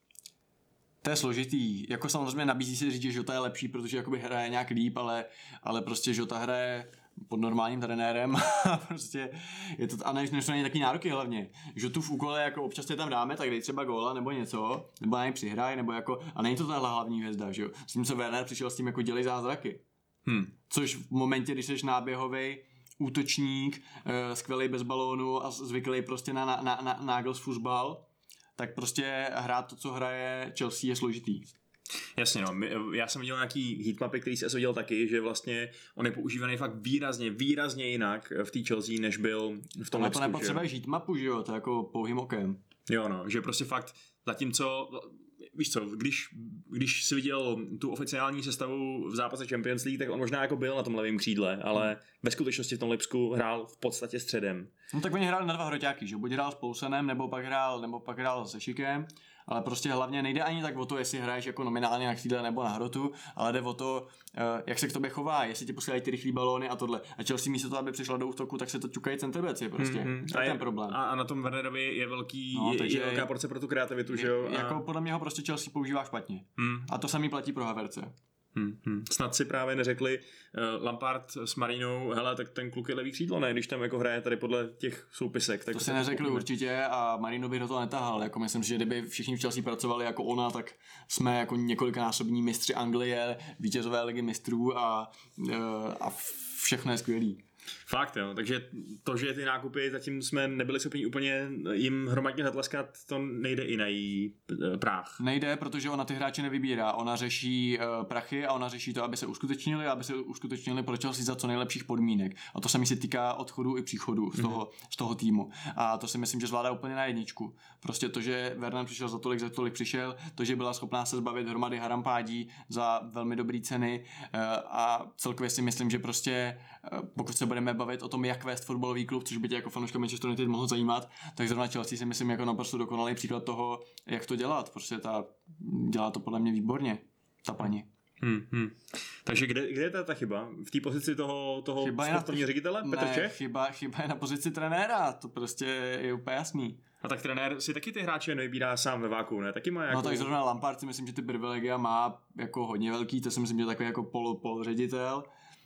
to je složitý. Jako samozřejmě nabízí se říct, že Jota je lepší, protože jakoby hraje nějak líp, ale, ale prostě Jota hraje pod normálním trenérem a prostě je to, a než než to není taky nároky hlavně. Jotu v úkole jako občas je tam dáme, tak dej třeba góla nebo něco, nebo na něj přihraj, nebo jako, a není to ta hlavní hvězda, že jo. S tím, co Werner přišel s tím jako dělej zázraky. Hmm. Což v momentě, když jsi náběhovej útočník, skvělý bez balónu a zvyklý prostě na, na, na, na Nagels fuzbal, tak prostě hrát to, co hraje Chelsea, je složitý. Jasně, no. Já jsem viděl nějaký heatmapy, který jsem viděl taky, že vlastně on je používaný fakt výrazně, výrazně jinak v té Chelsea, než byl v tom Lepsku. Ale to nepotřebuješ heatmapu, že jo, to je jako pouhým okem. Jo, no, že prostě fakt zatímco, víš co, když, když jsi viděl tu oficiální sestavu v zápase Champions League, tak on možná jako byl na tom levém křídle, ale hmm. ve skutečnosti v tom Lipsku hrál v podstatě středem. No tak oni hráli na dva hroťáky, že buď hrál s Poulsenem, nebo pak hrál, nebo pak hrál se Šikem, ale prostě hlavně nejde ani tak o to, jestli hraješ jako nominálně na křídle nebo na hrotu, ale jde o to, jak se k tobě chová, jestli ti posílají ty rychlý balóny a tohle. A Chelsea místo toho, aby přišla do útoku, tak se to ťukají centrbeci prostě. Mm-hmm. To je ten problém. A, a na tom Wernerovi je velký, no, je, je velká porce pro tu kreativitu, že jo? A... Jako podle mě ho prostě Chelsea používá špatně. Mm. A to samý platí pro Havertze. Hmm, hmm. Snad si právě neřekli uh, Lampard s Marinou, hele, tak ten kluk je levý křídlo, ne, když tam jako hraje tady podle těch soupisek. Tak to, to si neřekli určitě a Marino by do toho netahal, jako myslím, že kdyby všichni v Chelsea pracovali jako ona, tak jsme jako několikanásobní mistři Anglie, vítězové ligy mistrů a, uh, a všechno je skvělý. Fakt jo, takže to, že ty nákupy zatím jsme nebyli schopni úplně jim hromadně zatleskat, to nejde i na její práh. Nejde, protože ona ty hráče nevybírá, ona řeší uh, prachy a ona řeší to, aby se uskutečnili, aby se uskutečnili pro Chelsea za co nejlepších podmínek. A to samý se týká odchodu i příchodu z toho, mm-hmm. z toho týmu. A to si myslím, že zvládá úplně na jedničku. Prostě to, že Werner přišel za tolik, za tolik přišel, to, že byla schopná se zbavit hromady harampádí za velmi dobrý ceny uh, a celkově si myslím, že prostě uh, pokud se budeme bavit o tom, jak vést fotbalový klub, což by tě jako fanouška Manchester United mohlo zajímat, tak zrovna Chelsea si myslím jako naprosto dokonalý příklad toho, jak to dělat. Prostě ta, dělá to podle mě výborně, ta paní. Hmm, hmm. Takže kde, kde je ta, ta chyba? V té pozici toho, toho sportovního ředitele? Petr ne, Čech? Chyba, chyba je na pozici trenéra, to prostě je úplně jasný. A tak trenér si taky ty hráče nevybírá sám ve váku, ne? Taky má jako... No tak zrovna Lampard si myslím, že ty privilegia má jako hodně velký, to si myslím, že takový jako pol, pol ředitel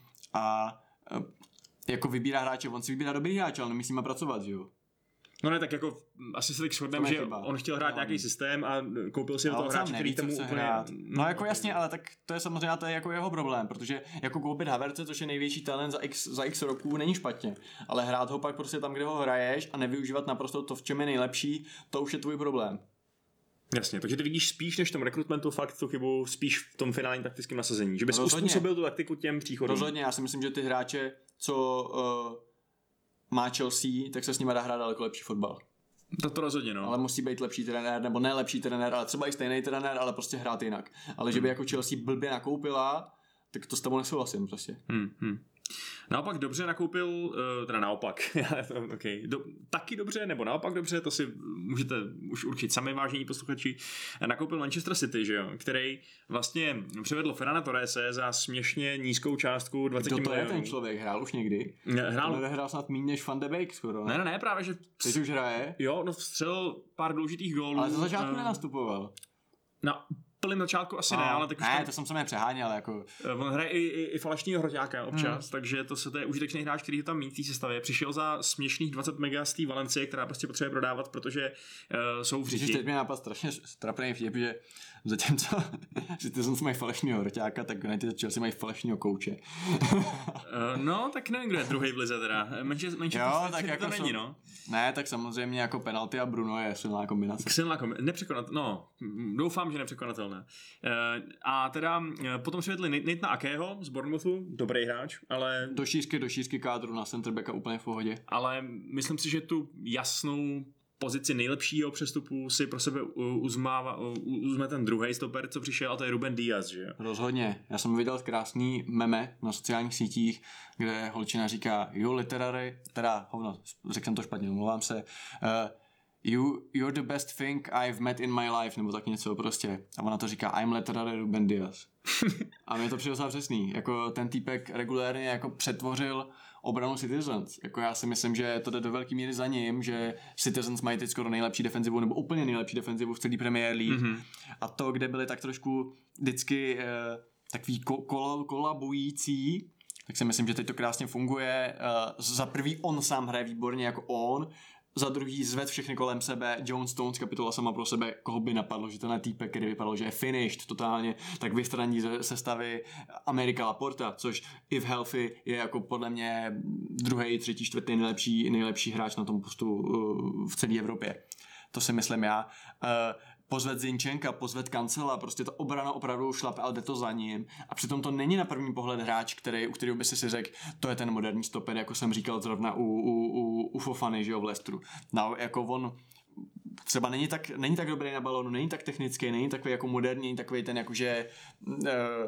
a jako vybírá hráče, on si vybírá dobrý hráče, ale nemyslí má pracovat, že jo? No ne, tak jako asi se tak shodneme, že chyba. On chtěl hrát no, nějaký systém a koupil si do toho hráče, který tomu úplně... Hrát. No jako jasně, ale tak to je samozřejmě to je jako jeho problém, protože jako koupit Havertze, což je největší talent za x, za x roků, není špatně, ale hrát ho pak prostě tam, kde ho hraješ a nevyužívat naprosto to, v čem je nejlepší, to už je tvůj problém. Jasně, takže ty vidíš spíš než v tom rekrutmentu fakt tu chybu spíš v tom finálním taktickém nasazení, že bys no uspůsobil tu taktiku těm příchodům. Rozhodně, já si myslím, že ty hráče, co uh, má Chelsea, tak se s nimi dá hrát daleko lepší fotbal. To to rozhodně, no. Ale musí být lepší trenér, nebo ne lepší trenér, ale třeba i stejný trenér, ale prostě hrát jinak. Ale že by jako Chelsea blbě nakoupila, tak to s tebou nesouhlasím prostě. Hmm, hmm. Naopak dobře nakoupil, uh, teda naopak, okay. Do, taky dobře, nebo naopak dobře, to si můžete už určit sami, vážení posluchači, nakoupil Manchester City, že jo, který vlastně přivedl Ferrana Torrese za směšně nízkou částku dvacet milionů. Kdo to je ten člověk? Hrál už někdy? Hrál. To hrál snad méně než Van de Beek skoro, ne? Ne, ne, ne, právě, že... Teď už hraje? Jo, no vstřelil pár důležitých gólů. Ale za začátku uh, nenastupoval. Na plném začátku asi no, ne, ale tak už ne, tam... to jsem se mě přeháněl, jako... On hraje i, i, i falašního hroťáka občas, hmm. takže to, se, to je užitečný hráč, který ho tam mít v té sestavě. Přišel za směšných dvacet mega z té Valencie, která prostě potřebuje prodávat, protože uh, jsou v říti. Teď mi nápad strašně trapný vtip, že zatímco Citizens mají falešního hroťáka, tak United Chelsea mají falešního kouče. uh, no, tak nevím, kdo je druhý v lize teda. Manchester, Manchester jo, tak jako to není, jsou... no. Ne, tak samozřejmě jako penalty a Bruno je silná kombinace. Silná kombinace, nepřekonat, no, doufám, že nepřekonatelné. Uh, a teda uh, potom přivedli Nathana Akého z Bournemouthu, dobrý hráč, ale... Do šířky, do šířky kádru na centerbacka úplně v pohodě. Ale myslím si, že tu jasnou pozici nejlepšího přestupu si pro sebe uzmává, uzme ten druhý stoper, co přišel, a to je Ruben Diaz, že jo? Rozhodně. Já jsem viděl krásný meme na sociálních sítích, kde holčina říká you literary, teda hovno, řekl jsem to špatně, omlouvám se, uh, you, you're the best thing I've met in my life, nebo tak něco prostě. A ona to říká I'm literary Ruben Diaz. A mě to přišlo přesný. Jako ten týpek regulérně jako přetvořil obranu Citizens. Jako já si myslím, že to jde do velké míry za ním, že Citizens mají teď skoro nejlepší defenzivu, nebo úplně nejlepší defenzivu v celé Premier League. Mm-hmm. A to, kde byli tak trošku vždycky eh, takový ko- kol- kolabující, tak si myslím, že teď to krásně funguje. Eh, za prvý on sám hraje výborně jako on, za druhý zved všechny kolem sebe, John Stones kapitola sama pro sebe, koho by napadlo, že tenhle týpek, který vypadalo, že je finished totálně, tak vystraní ze sestavy America Laporta, což i v healthy je jako podle mě druhý, třetí, čtvrtý nejlepší, nejlepší hráč na tom postu uh, v celé Evropě. To si myslím já. Uh, pozved Zinčenka, pozved Kancela, prostě ta obrana opravdu šlape, ale jde to za ním. A přitom to není na první pohled hráč, který, u kterého by si si řekl, to je ten moderní stoper, jako jsem říkal zrovna u, u, u, u Fofany, že jo, v Leicesteru. No, jako on třeba není tak, není tak dobrý na balonu, není tak technický, není takový jako moderní, není takový ten jakože uh,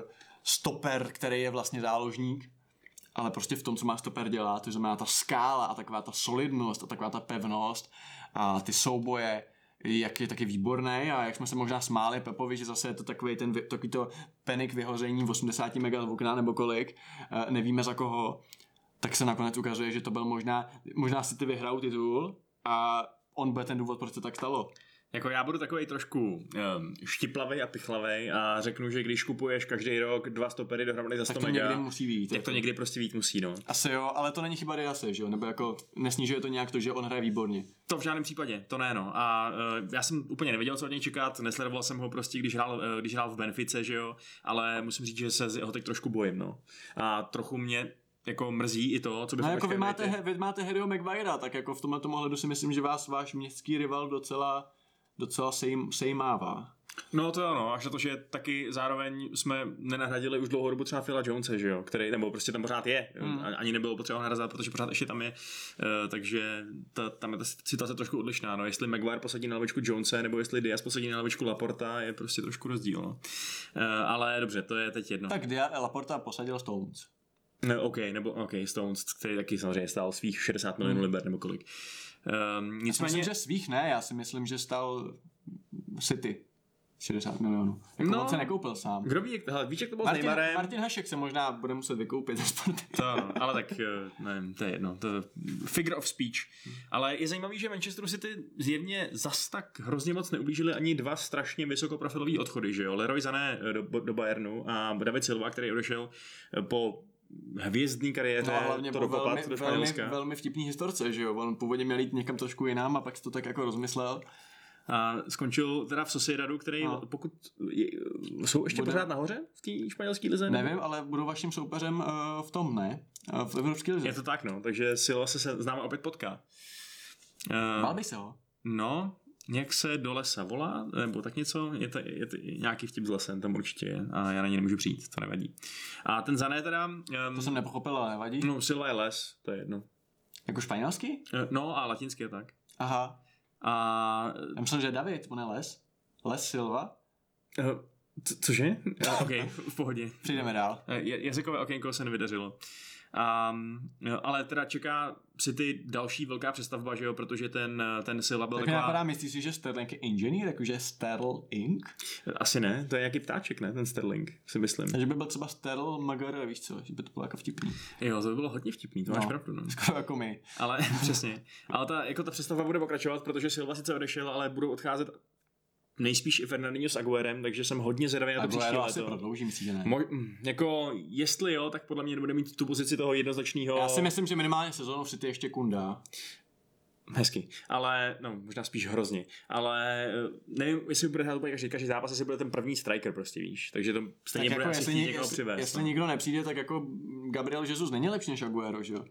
stoper, který je vlastně záložník, ale prostě v tom, co má stoper dělat, to znamená ta skála a taková ta solidnost a taková ta pevnost a ty souboje, jak je taky výborný, a jak jsme se možná smáli Pepovi, že zase je to takový ten takový to penik vyhoření v osmdesáti mega z okna nebo kolik, nevíme za koho, tak se nakonec ukazuje, že to byl možná, možná si ty vyhrajou titul a on bude ten důvod, proč se tak stalo. Jako já budu takovej trošku um, štiplavej a pichlavej a řeknu, že když kupuješ každý rok dva stopery dohromady za sto tak to mega, někdy musí být, tak to, to někdy prostě vít musí, no. Asi jo, ale to není chyba Diase, že jo? Nebo jako nesnižuje to nějak to, že on hraje výborně. To v žádném případě, to ne, no. A uh, já jsem úplně nevěděl, co od něj čekat, nesledoval jsem ho prostě, když hrál, uh, když hrál v Benfice, že jo, ale musím říct, že se ho teď trošku bojím, no. A trochu mě jako mrzí i to, co by no, jako vy máte, vy máte Harryho Maguirea, tak jako v tomhle ohledu si myslím, že vás váš městský rival docela docela sejm, sejmává. No to ano, až na to, že taky zároveň jsme nenahradili už dlouhou dobu třeba Phila Jonese, že jo, který, nebo prostě tam pořád je, hmm. ani nebylo potřeba nahrazat, protože pořád ještě tam je, uh, takže ta, tam je ta situace trošku odlišná, no, jestli Maguire posadí na lavičku Jonese, nebo jestli Diaz posadí na lavičku Laporta, je prostě trošku rozdíl, no. Uh, ale dobře, to je teď jedno. Tak Diaz Laporta posadil Stones. No, OK, nebo OK, Stones, který taky samozřejmě stál svých šedesát milionů hmm. liber, nebo kolik. Um, nicméně... Já si myslím, že svých ne, já si myslím, že stál City šedesát milionů. Jako no, on se nekoupil sám. Kdo ví, hele, víš, jak to bylo Martin, s Neymarem? Martin Hašek se možná bude muset vykoupit ze Sporty. To ano, ale tak nevím, to je jedno. To je figure of speech. Ale je zajímavý, že Manchesteru City zjevně zas tak hrozně moc neublížili ani dva strašně vysokoprofilový odchody, že jo? Leroy Sané do, do Bayernu a David Silva, který odešel po hvězdný kariéře, no, hlavně to po dopad velmi, do Španělska. Velmi, velmi vtipný historce, že jo? On původně měl jít někam trošku jinam a pak si to tak jako rozmyslel. A skončil teda v Sociedadu, který no. pokud je, jsou ještě Bude... pořád nahoře v té španělské lize? Nevím, nebo? Ale budou vaším soupeřem uh, v tom, ne? Uh, v evropské lize. Je to tak, no. Takže Silva se s námi opět potká. Uh, Mal by se ho? No, nějak se do lesa volá, nebo tak něco, je to, je to nějaký vtip z lesem, tam určitě je a já na něj nemůžu přijít, to nevadí. A ten Sané teda... Um, to jsem nepochopil, ale nevadí. No, Silva je les, to je jedno. Jako španělský? Uh, no a latinský je tak. Aha. A... Já myslím, že David, on je les. Les Silva. Uh, co, cože? uh, ok, v pohodě. Přijdeme dál. Uh, jazykové okénko se nevydařilo. Um, ale teda čeká si ty další velká přestavba, že jo, protože ten, ten Silva byl tak taková... Tak mi napadá, myslíš si, že Sterling je inženýr, jakože Sterling? Asi ne, to je nějaký ptáček, ne, ten Sterling, si myslím. Takže by byl třeba Sterl Maguire, víš co, že by to bylo jako vtipný. Jo, to by bylo hodně vtipný, to no, máš pravdu, no. Skoro jako my. Ale přesně, ale ta, jako ta přestavba bude pokračovat, protože Silva sice odešel, ale budou odcházet nejspíš i Fernandinho s Aguerem, takže jsem hodně zvědavý na to příští Aguero asi léto. prodlouží, myslíš, že ne? Mo- jako, jestli jo, tak podle mě nebude mít tu pozici toho jednoznačného... Já si myslím, že minimálně sezónu v City ještě kundá. Hezky, ale, no, možná spíš hrozně, ale nevím, jestli bude hrát úplně každý, každý zápas, jestli bude ten první striker prostě, víš, takže to stejně tak bude jako asi jestli, chtít ni- někoho jestli, přivést. jestli no. nikdo nepřijde, tak jako Gabriel Jesus není lepší než Aguero, že jo?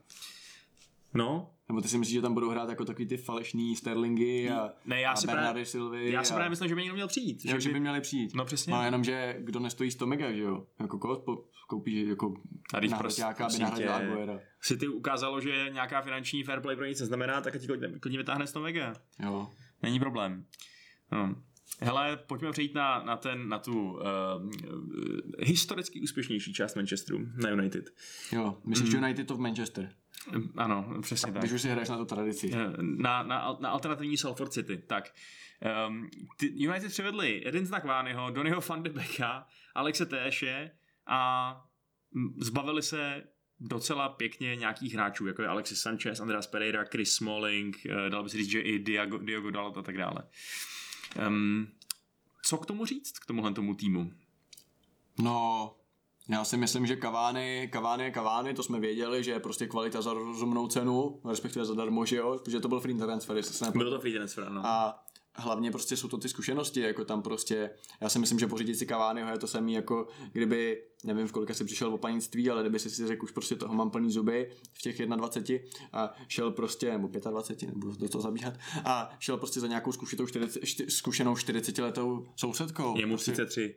no, Nebo ty si myslíš, že tam budou hrát jako takový ty falešný Sterlingy a, ne, já a si Bernardy právě, Silvy já si a... právě myslím, že by někdo měl přijít. Jo, že by měli přijít. No přesně. No jenom, že kdo nestojí sto mega, že jo? Jako koho po- koupíš jako A když náhradňáka, aby prosím nahradil tě, Aguera. City ukázalo, že nějaká finanční fair play pro nic neznamená, tak ať klidně, klidně vytáhne sto mega. Jo. Není problém. No. Hele, pojďme přejít na, na, ten, na tu uh, historicky úspěšnější část Manchesteru, na United. Jo, myslíš mm. United to v Manchester? Ano, přesně tak. Když už si hraješ na tu tradici. Na, na, na alternativní Salford City. Tak. Um, ty United přivedli jeden znak Ványho, Donnyho van de Beeka, Alexe Téše a zbavili se docela pěkně nějakých hráčů, jako je Alexis Sanchez, Andreas Pereira, Chris Smalling, dal by se říct, že i Diogo, Diogo Dalot a tak dále. Um, co k tomu říct, k tomuhle tomu týmu? No, já si myslím, že Cavani, Cavani je Cavani, to jsme věděli, že je prostě kvalita za rozumnou cenu, respektive zadarmo, že jo, protože to byl free transfer, jestli se nepamatuji. Byl to free transfer, ano. A hlavně prostě jsou to ty zkušenosti, jako tam prostě, já si myslím, že pořídit si Cavaniho je to samý, jako kdyby, nevím v kolika si přišel v opanictví, ale kdyby si si řekl už prostě toho mám plný zuby v těch dvaceti jedna a šel prostě, nebo dvacet pět, nebudu do toho zabíhat, a šel prostě za nějakou zkušenou, čtyřicet, zkušenou čtyřicetiletou sousedkou. Je mu prostě, třicet tři.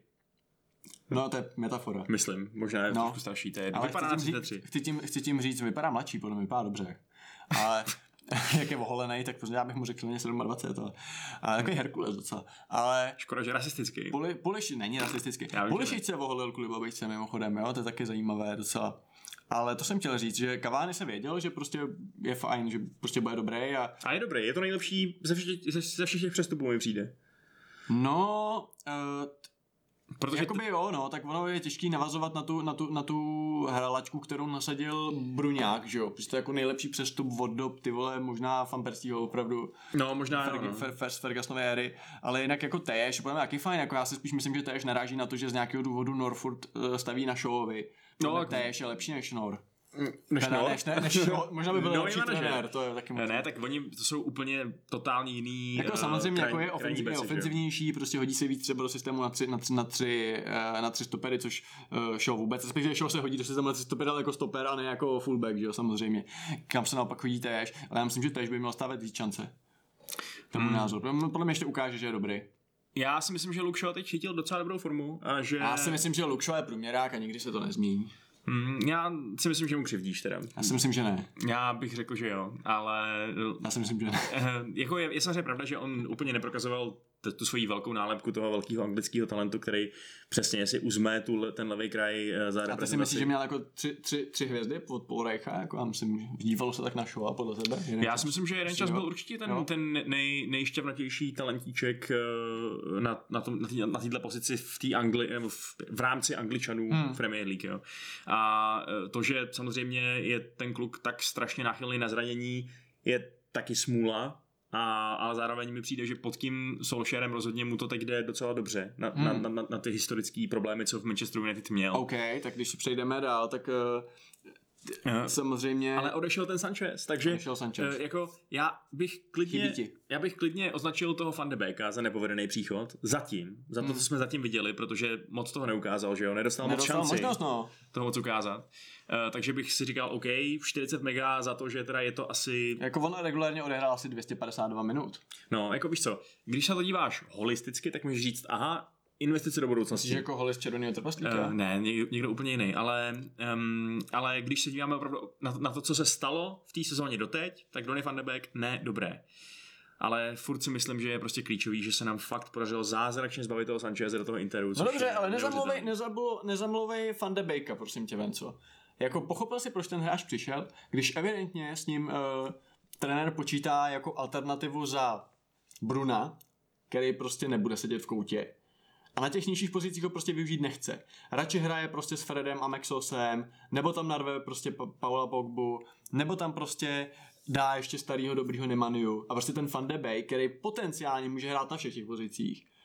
No, to je metafora. Myslím, možná je No, trošku starší, to je, ale vypadá chci na tím, třicet tři. říct, chci, tím, chci tím říct, vypadá mladší, podle mě vypadá dobře. Ale jak je oholený, tak prostě já bych mu řekl mě dvacet sedm. Ale, ale takový Herkules docela. Ale Škoda, že rasistický. Poli, Poliš není rasistický. Já vím, Polišič se oholil kvůli babičce mimochodem, jo, to je taky zajímavé docela. Ale to jsem chtěl říct, že Cavani se věděl, že prostě je fajn, že prostě bude dobrý a... A je dobrý, je to nejlepší ze všech, ze, ze všech těch přestupů mi přijde. No, uh, Protože jakoby jo, no, tak ono je těžký navazovat na tu, na tu, na tu hralačku, kterou nasadil Bruňák, že jo, protože to je jako nejlepší přestup od dob, ty vole, možná Van Persieho opravdu. No, možná Ferg, no. Fer, Fer, z Fergusonové éry, ale jinak jako Téš, podle mě taky fajn, jako já si spíš myslím, že Téš naráží na to, že z nějakého důvodu Norfurt uh, staví na Showovi. No, No, Téš je lepší než Nor. Než Teda, Nor? než, ne, než Nor. Možná by byl No, lepší manažer. trenér, to je taky Ne, možná. ne, tak oni to jsou úplně totálně jiný. Jako uh, samozřejmě kraj, jako je ofenziv, beci, ofenzivnější, prostě hodí se víc třeba do systému na tři, na tři, na tři, na tři stopery, což uh, Shaw vůbec, respektive Shaw se hodí do systému na tři stopery, ale jako stoper a ne jako fullback, že jo, samozřejmě. Kam se naopak hodí Též, ale já myslím, že Též by měl stávat víc šance. To je můj Hmm. názor. Podle mě ještě ukáže, že je dobrý. Já si myslím, že Luke Shaw teď chytil docela dobrou formu a že... Já si myslím, že Luke Shaw je průměrák a nikdy se to nezmění. Mm, já si myslím, že mu křivdíš teda. Já si myslím, že ne. Já bych řekl, že jo, ale... Já si myslím, že ne. Jako je, je samozřejmě pravda, že on úplně neprokazoval t- tu svoji velkou nálepku toho velkého anglického talentu, který přesně si uzme tu, ten levý kraj za reprezentaci. A ty si myslíš, že měl jako tři, tři, tři hvězdy od Paul Reicha? Jako já myslím, že dívalo se tak na show a podle tebe? Jeden Já čas. si myslím, že jeden čas Jo. byl určitě ten, Jo. ten nej, nejšťavnatější talentíček eh, na, na, tom, na, tý, na této pozici v té Angli, nebo v, v rámci Angličanů Hmm. v Premier League. Jo. A eh, to, že samozřejmě je ten kluk tak strašně náchylný na zranění, je taky smůla. A, ale zároveň mi přijde, že pod tím Solskjaerem rozhodně mu to teď jde docela dobře na, Hmm. na, na, na ty historické problémy, co v Manchesteru United měl. OK, tak když si přejdeme dál, tak uh, Eh, samozřejmě... Ale odešel ten Sanchez, takže Odešel Sanchez. eh, jako já bych klidně Chybí ti. já bych klidně označil toho Van de Beeka za nepovedený příchod. Zatím. Za to, Hmm. co jsme zatím viděli, protože moc toho neukázal, že jo? Nedostal, Nedostal moc šanci možnost, no. toho moc ukázat. Uh, takže bych si říkal, OK, čtyřicet mega za to, že teda je to asi... Jako on regulárně odehrál asi dvě stě padesát dva minut. No, jako víš co, když se to díváš holisticky, tak můžeš říct, aha, investice do budoucnosti. Myslíš jako holist červeného trpaslíka? Uh, ne, někdo, někdo úplně jiný, ale, um, ale když se díváme opravdu na, na to, co se stalo v té sezóně doteď, tak Donny van de Beek ne dobré. Ale furt si myslím, že je prostě klíčový, že se nám fakt podařilo zázračně zbavit toho Sancheze do toho Interu. No dobře, ale nezamlouvej, nezabul, nezamlouvej Van de Beeka, prosím tě, Venco. Jako pochopil si, proč ten hráč přišel, když evidentně s ním uh, trenér počítá jako alternativu za Bruna, který prostě nebude sedět v koutě. A na těch nižších pozicích ho prostě využít nechce. Radši hraje prostě s Fredem a Maxosem, nebo tam narve prostě pa- Paula Pogbu, nebo tam prostě dá ještě starýho dobrýho Nemaniu. A prostě ten Van de Beek, který potenciálně může hrát na všech těch pozicích,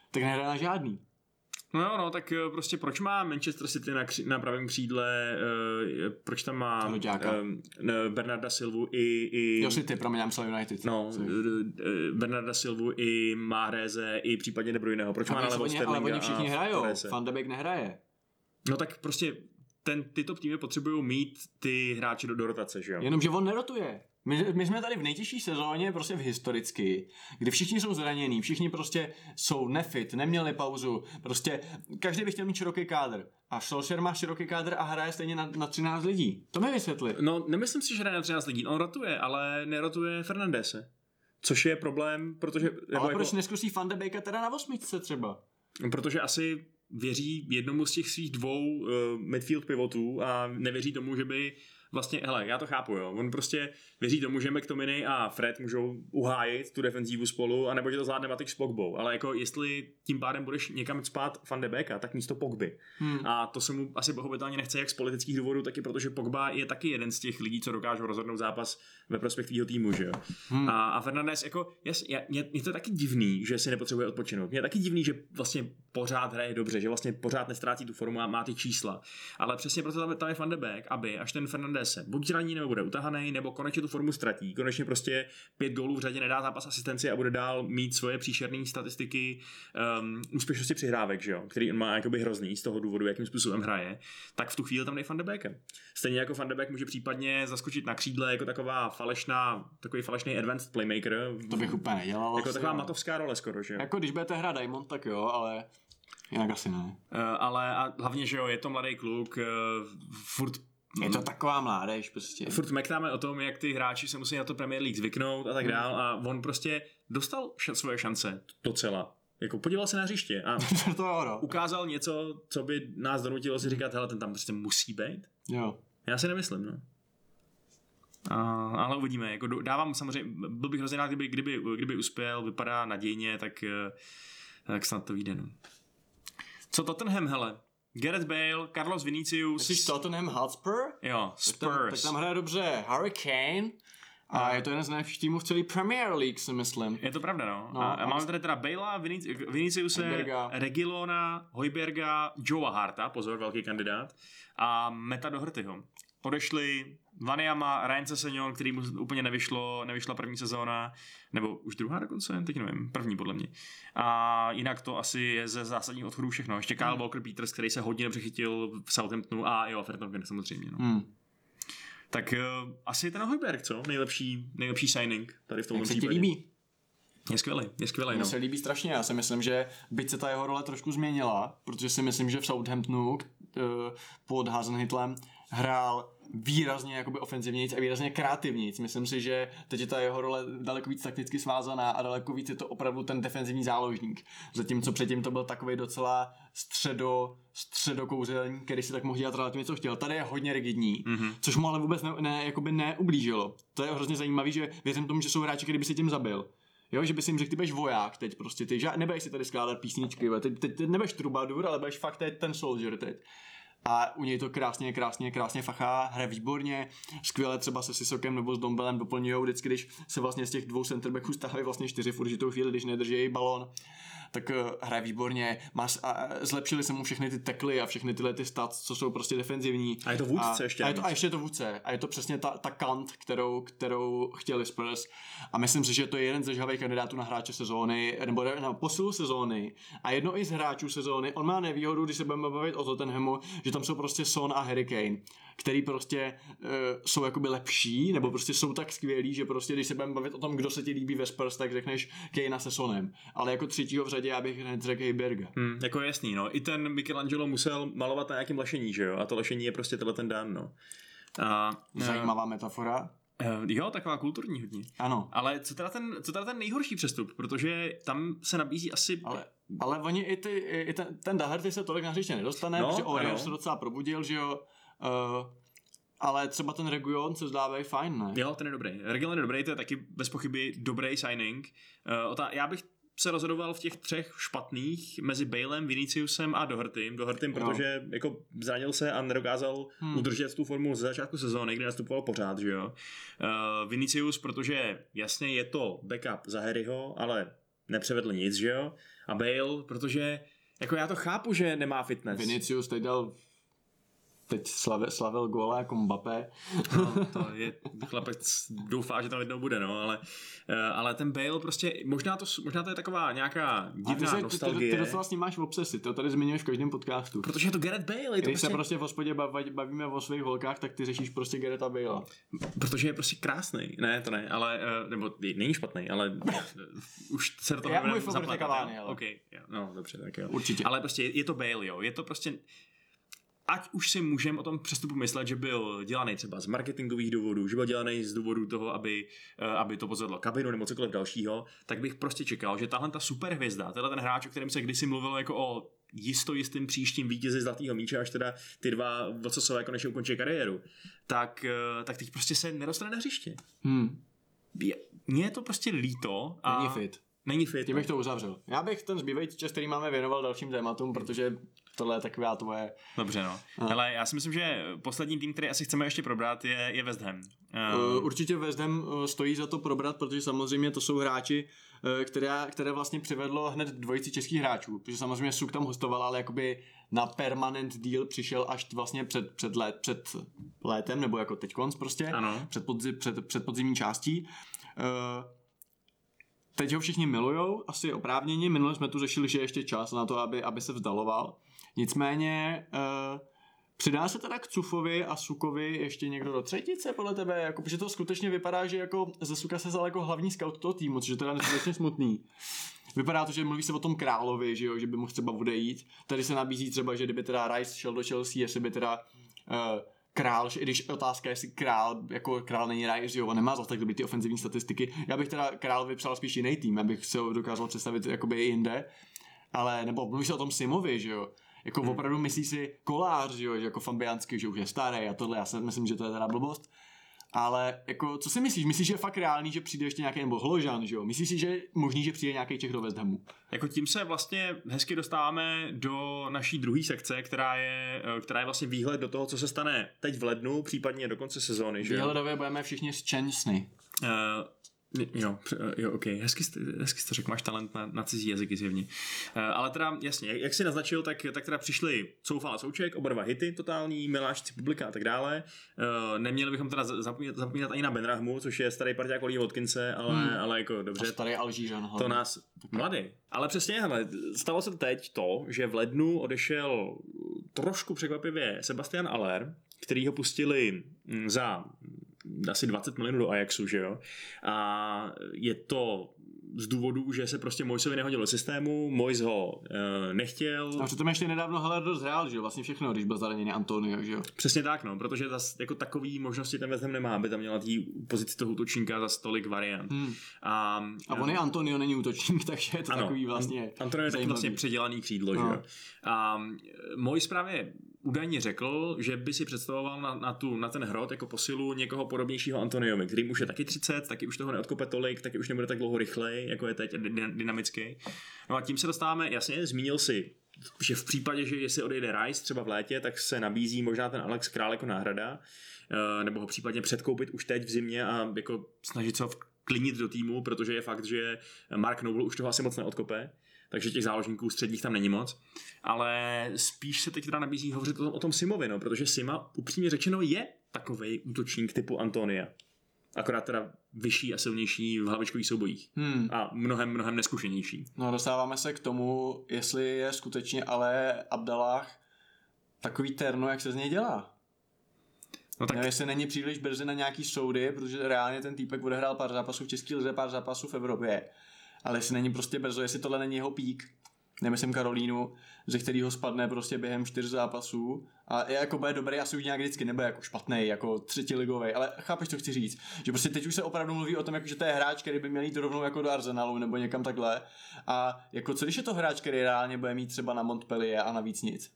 tak nehraje na žádný. No jo, no, tak prostě proč má Manchester City na, kři, na pravém křídle, uh, proč tam má uh, Bernarda Silvu i... i jo, City, promiň, já myslel United. No, uh, Bernarda Silvu i Mahreze i případně De Bruyneho. Proč a má na levo Sterlinga? Ale oni všichni hrajou, Van de Beek nehraje. No tak prostě ten, ty top týmy potřebují mít ty hráče do, do rotace, že jo? Jenomže on nerotuje. My, my jsme tady v nejtěžší sezóně prostě v historicky, kdy všichni jsou zranění, všichni prostě jsou nefit, neměli pauzu, prostě každý by chtěl mít široký kádr. A Solskjaer má široký kádr a hraje stejně na, na třináct lidí. To mi vysvětli. No, nemyslím si, že hraje na třináct lidí. On rotuje, ale nerotuje Fernandese. Což je problém, protože... Ale proč jako... neskusí Van de Beeka teda na osmičce třeba? Protože asi věří jednomu z těch svých dvou uh, midfield pivotů a nevěří tomu, že by vlastně, hele, já to chápu, jo, on prostě věří tomu, že McTominay a Fred můžou uhájit tu defenzívu spolu, anebo že to zvládne Matic s Pogbou, ale jako jestli tím pádem budeš někam spát Van de Beeka, tak místo Pogby. Hmm. A to se mu asi pochopitelně nechce jak z politických důvodů, tak i protože Pogba je taky jeden z těch lidí, co dokážou rozhodnout zápas ve prospěch tvýho týmu, že jo. Hmm. A, a Fernandes, jako, jas, je, je to taky divný, že si nepotřebuje odpočinout. Je taky divný, že vlastně pořád hraje dobře, že vlastně pořád nestrácí tu formu a má ty čísla. Ale přesně proto tam, tam je Van de Beek, aby až ten Fernandes se buď zraní, nebo bude utahaný, nebo konečně tu formu ztratí. Konečně prostě pět gólů v řadě nedá zápas asistenci a bude dál mít svoje příšerné statistiky um, úspěšnosti přihrávek, že jo, který on má jakoby hrozný z toho důvodu, jakým způsobem hraje. Tak v tu chvíli tam dej Van de Beeka. Stejně jako Van de Beek může případně zaskočit na křídle jako taková falešná, takový falešný advanced playmaker. To bych úplně nedělal. Jako taková matovská role skoro, že jo. Jako když budete hrát Diamond, tak jo, ale jinak asi ne. Uh, ale a hlavně, že jo, je to mladý kluk, uh, furt je to taková mládež prostě. Furt mektáme o tom, jak ty hráči se musí na to Premier League zvyknout a tak dál a on prostě dostal ša- svoje šance docela. Jako podíval se na hřiště a to ukázal něco, co by nás donutilo si říkat, hele, ten tam prostě musí být. Jo. Já si nemyslím, no. A, ale uvidíme, jako dávám samozřejmě, byl bych hrozně rád, kdyby, kdyby, kdyby uspěl, vypadá nadějně, tak, tak snad to vyjde, no. Co Tottenham, hele? Gareth Bale, Carlos Vinicius. Myslíš Tottenham Hotspur? Jo, Spurs. Tak tam, tak tam hraje dobře Harry Kane a, a je to jeden z nejlepších týmů v celé Premier League, si myslím. Je to pravda, no. no a, a máme tady teda Balea, Vinic- Viniciuse, Reguilona, Hojberga, Joea Harta, pozor, velký kandidát, a Meta Dohertyho. Odešli Wanyama, Ryan Sessegnon, který mu úplně nevyšlo, nevyšla první sezóna, nebo už druhá dokonce, teď nevím, první podle mě. A jinak to asi je ze zásadních odchodů všechno. Ještě Kyle hmm. Walker-Peters, který se hodně nepřechytil v Southamptonu a jo, Fertongen samozřejmě. No. Hmm. Tak uh, asi ten Hojberg, co? Nejlepší, nejlepší signing tady v tomhle případě. Jak se ti líbí? Je skvělý, je skvělý. Mně no. se líbí strašně, já si myslím, že byť se ta jeho role trošku změnila, protože si myslím, že v Southamptonu uh, pod Hasenhüttlem hrál výrazně jakoby ofenzivnějc a výrazně kreativnějc. Myslím si, že teď je ta jeho role daleko víc takticky svázaná a daleko víc je to opravdu ten defenzivní záložník. Zatímco předtím to byl takový docela středo, středokouzelník, který si tak mohl dělat relativně co chtěl. Tady je hodně rigidní, mm-hmm. což mu ale vůbec ne, ne, jakoby neublížilo. To je hrozně zajímavý, že věřím tomu, že jsou hráči, který by si tím zabil. Jo, že by si jim řekl, ty budeš voják teď prostě, ty ža- nebudeš si tady skládat písničky, teď, teď, teď nebudeš trubadur, ale budeš fakt teď ten soldier teď. A u něj to krásně, krásně, krásně fachá, hraje výborně, skvěle třeba se Sissokem nebo s Dombelem doplňujou vždycky, když se vlastně z těch dvou centerbacků stávají vlastně čtyři v určitou chvíli, když nedrží balón, tak uh, hraje výborně, má, a zlepšili se mu všechny ty tackly a všechny tyhle ty stats, co jsou prostě defenzivní. A je to vůdce a, ještě. A je to, a ještě je to vůdce. A je to přesně ta, ta kant, kterou, kterou chtěli Spurs. A myslím si, že to je jeden ze žhavých kandidátů na hráče sezóny, nebo na posilu sezóny. A jedno i z hráčů sezóny, on má nevýhodu, když se budeme bavit o Tottenhamu, že tam jsou prostě Son a Harry Kane, který prostě uh, jsou jakoby lepší, nebo prostě jsou tak skvělí, že prostě když se budeme bavit o tom, kdo se ti líbí ve Spurs, tak řekneš Kanea se Sonem. Ale jako třetího v řadě já bych hned řekl Hejberga. Hmm, jako jasný, no. I ten Michelangelo musel malovat na nějakým lešení, že jo? A to lešení je prostě tenhle ten dan, no. A, Zajímavá metafora. Uh, jo, taková kulturní hodně. Ano. Ale co teda ten, co teda ten nejhorší přestup? Protože tam se nabízí asi... Ale, ale oni i, ty, i ten, ten Daherty se tolik na hřiště nedostane, no, protože Aurier se docela probudil, že jo. Uh, ale třeba ten Reguilon se zdávají fajn, ne? Jo, ten je dobrý. Reguilon je dobrý, to je taky bez pochyby dobrý signing. Uh, ta, já bych se rozhodoval v těch třech špatných mezi Balem, Viniciusem a Dohertym. Dohertym, protože jako zranil se a nedokázal hmm. udržet tu formu ze začátku sezóny, kdy nastupoval pořád, že jo. Uh, Vinicius, protože jasně je to backup za Harryho, ale nepřevedl nic, že jo? A Bale, protože jako já to chápu, že nemá fitness. Vinicius teď dal teď slavil, slavil góla jako Mbappé. No, to je, chlapec doufá, že tam jednou bude, no, ale, ale ten Bale prostě, možná to, možná to je taková nějaká divná ty, nostalgie. Ty, ty, ty docela s ním máš v obsesi, to tady zmiňuješ v každém podcastu. Protože je to Gareth Bale. Je to Když prostě... se prostě v hospodě bavíme o svých holkách, tak ty řešíš prostě Garetha Balea. Protože je prostě krásný. Ne, to ne, ale, nebo není špatný, ale už se do toho já můj favorit Cavani, ale. Okay, no, dobře, tak jo. Určitě. Ale prostě je, je to Bale, jo, je to prostě... Ať už si můžeme o tom přestupu myslet, že byl dělaný třeba z marketingových důvodů, že byl dělaný z důvodu toho, aby, aby to pozvedlo kabinu nebo cokoliv dalšího, tak bych prostě čekal, že tahle ta superhvězda, tenhle ten hráč, o kterém se kdysi mluvilo jako o jisto jistým příštím vítězi zlatého míče, až teda ty dva vocosové konečně ukončí kariéru, tak, tak teď prostě se nedostane na hřiště. Hmm. Mně je to prostě líto. A není fit. Není fit. Tím bych to uzavřel. Já bych ten zbývající čas, který máme, věnoval dalším tématům, protože tohle je taková tvoje... Dobře, no. A. Ale já si myslím, že poslední tým, který asi chceme ještě probrat, je, je West Ham. Uh, určitě West Ham stojí za to probrat, protože samozřejmě to jsou hráči, které, které vlastně přivedlo hned dvojici českých hráčů, protože samozřejmě Suk tam hostoval, ale jakoby na permanent deal přišel až vlastně před, před, let, před létem, nebo jako teďkonc prostě, ano. Před, podzi, před, před podzimní částí. Uh, teď ho všichni milujou, asi oprávněně, minule jsme tu řešili, že je ještě čas na to, aby, aby se vzdaloval. Nicméně uh, přidá se teda k Cufovi a Sukovi ještě někdo do třetice podle tebe, jako, protože to skutečně vypadá, že jako ze Suka se vzal jako hlavní scout toho týmu, což je teda neskutečně smutný. Vypadá to, že mluví se o tom Královi, že, jo, že by mohl třeba odejít. Tady se nabízí třeba, že kdyby teda Rice šel do Chelsea, jestli by teda uh, Král, i když otázka je, jestli Král, jako Král není Rice, jo, on nemá zase tak dobrý ty ofenzivní statistiky. Já bych teda Král vypsal spíš jiný tým, abych se ho dokázal představit jakoby i jinde. Ale, nebo mluví se o tom Simovi, že jo. Jako hmm. opravdu myslí si Kolář, že jo, že jako Fabianský, že už je starý a tohle, já si myslím, že to je teda blbost. Ale jako, co si myslíš? Myslíš, že je fakt reálný, že přijde ještě nějaký, nebo Hložan, že jo? Myslíš si, že je možný, že přijde nějaký Čech do West Hamu? Jako tím se vlastně hezky dostáváme do naší druhé sekce, která je, která je vlastně výhled do toho, co se stane teď v lednu, případně do konce sezóny, že jo? Výhledově budeme všichni zčensny. Uh, Jo, jo, ok, hezky jsi, hezky jsi to řekl, máš talent na, na cizí jazyky zjevně. Uh, ale teda, jasně, jak, jak jsi naznačil, tak, tak teda přišli Coufal a Souček, oba dva hity totální, Milášci, Publika a tak dále. Uh, neměli bychom teda zapomínat, zapomínat ani na Benrahmu, což je starý parťák Olí Watkinse, ale, hmm. ale jako dobře. A starý Alžířan. To nás, mladý. Ale přesně, hele, stalo se teď to, že v lednu odešel trošku překvapivě Sebastian Aller, který ho pustili za asi dvacet milionů do Ajaxu, že jo? A je to z důvodu, že se prostě Moisovi nehodil do systému, Mois ho e, nechtěl. A přitom ještě nedávno Heller dost hrál, že jo? Vlastně všechno, když byl zraněný Antonio, že jo? Přesně tak, no, protože zas, jako takový možnosti ten West Ham nemá, aby tam měla tý pozici toho útočníka za tolik variant. Hmm. A, a on je Antonio, není útočník, takže je to ano, takový vlastně Antonio je taky vlastně předělaný křídlo, no. Že jo? A Mois právě údajně řekl, že by si představoval na, na, tu, na ten hrot jako posilu někoho podobnějšího Antoniovi, který už je taky třicet, taky už toho neodkope tolik, taky už nebude tak dlouho rychlej, jako je teď, dynamický. No a tím se dostáváme, jasně, zmínil si, že v případě, že jestli odejde Rice třeba v létě, tak se nabízí možná ten Alex Král jako náhrada, nebo ho případně předkoupit už teď v zimě a jako snažit se ho vklinit do týmu, protože je fakt, že Mark Noble už toho asi moc neodkope. Takže těch záložníků středních tam není moc. Ale spíš se teď teda nabízí hovořit o tom, o tom Simovi, no, protože Sima upřímně řečeno je takovej útočník typu Antonia. Akorát teda vyšší a silnější v hlavičkových soubojích. Hmm. A mnohem, mnohem neskušenější. No dostáváme se k tomu, jestli je skutečně ale Abdallah takový terno, jak se z něj dělá. No tak... Nevím, jestli není příliš brzy na nějaký soudy, protože reálně ten týpek odehrál pár zápasů v České lize, pár zápasů v Evropě. Ale jestli není prostě brzo, jestli tohle není jeho pík, nemyslím Karolínu, ze kterého spadne prostě během čtyř zápasů a je jako bude dobrý asi už nějak vždycky, nebude jako špatný, jako třetiligovej, ale chápeš, co chci říct, že prostě teď už se opravdu mluví o tom, jako, že to je hráč, který by měl jít rovnou jako do Arsenalu nebo někam takhle a jako co když je to hráč, který reálně bude mít třeba na Montpellier a navíc nic?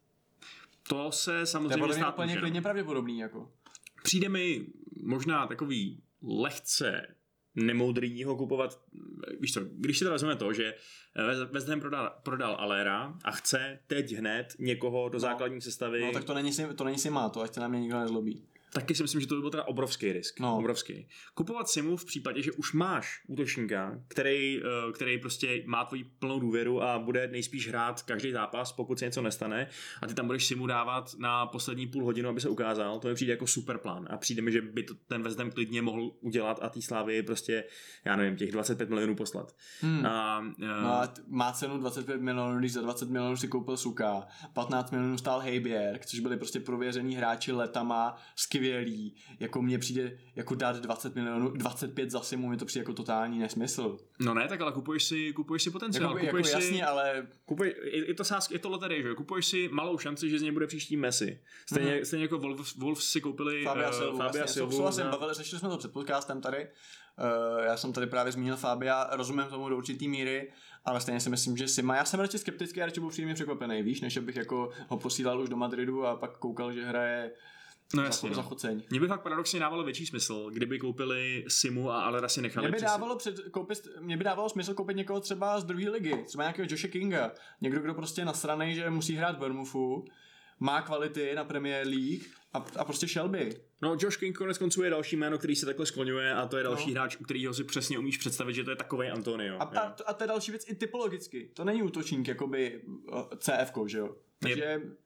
To se samozřejmě to je úplně klidně pravděpodobný, jako. Přijde mi možná takový lehce nemoudrý ho kupovat, víš co, když si to vezmeme to, že West Ham prodal, prodal Allera a chce teď hned někoho do základní sestavy. No tak to není, to není Sima, to ať se na mě nikdo nezlobí. taky si myslím, že to by byl teda obrovský risk. No. Obrovský. Kupovat Simu v případě, že už máš útočníka, který, který prostě má tvoji plnou důvěru a bude nejspíš hrát každý zápas, pokud se něco nestane, a ty tam budeš Simu dávat na poslední půl hodinu, aby se ukázal, to mi přijde jako super plán. A přijde mi, že by to ten West Ham klidně mohl udělat a té Slávy prostě, já nevím, těch dvacet pět milionů poslat. Hmm. A, uh, no a t- má cenu dvacet pět milionů, když za dvacet milionů si koupil Suka, patnáct milionů stál Hejbjerg, což byli prostě prověření hráči letama, skvělí. Jako mně přijde jako dát dvacet milionů, dvacet pět za Simu, mi to přijde jako totální nesmysl. No ne, tak ale kupuješ si, kupuješ si potenciál. Jako, kupuješ jako si, jasně, ale... Kupuješ, je, je to sázka, je to loterie, že? Kupuješ si malou šanci, že z něj bude příští Messi. Stejně, mm-hmm. stejně jako Wolves, Wolves si koupili Fabia uh, Silvu. Fabia Vlastně, Silvu. Souhlasím, bavili, řešili jsme to před podcastem tady. Uh, já jsem tady právě zmínil Fabia, rozumím tomu do určitý míry, ale stejně si myslím, že Sima, já jsem radši skeptický a radši budu příjemně překvapený, víš, než abych jako ho posílal už do Madridu a pak koukal, že hraje no jasně, za, no. za choceň. Mně by fakt paradoxně dávalo větší smysl, kdyby koupili Simu a Alera si nechali. Mě by, dávalo před, koupit, mě by dávalo smysl koupit někoho třeba z druhé ligy, třeba nějakého Joshe Kinga, někdo, kdo prostě je nasranej, že musí hrát v Bournemouthu, má kvality na Premier League a, a prostě šel by. No, Josh King konec konců je další jméno, který se takhle skloňuje a to je další no. hráč, u kterého si přesně umíš představit, že to je takovej Antonio. A, a, a to je další věc i typologicky. To není útočník, jakoby C F ko, že jo? Takže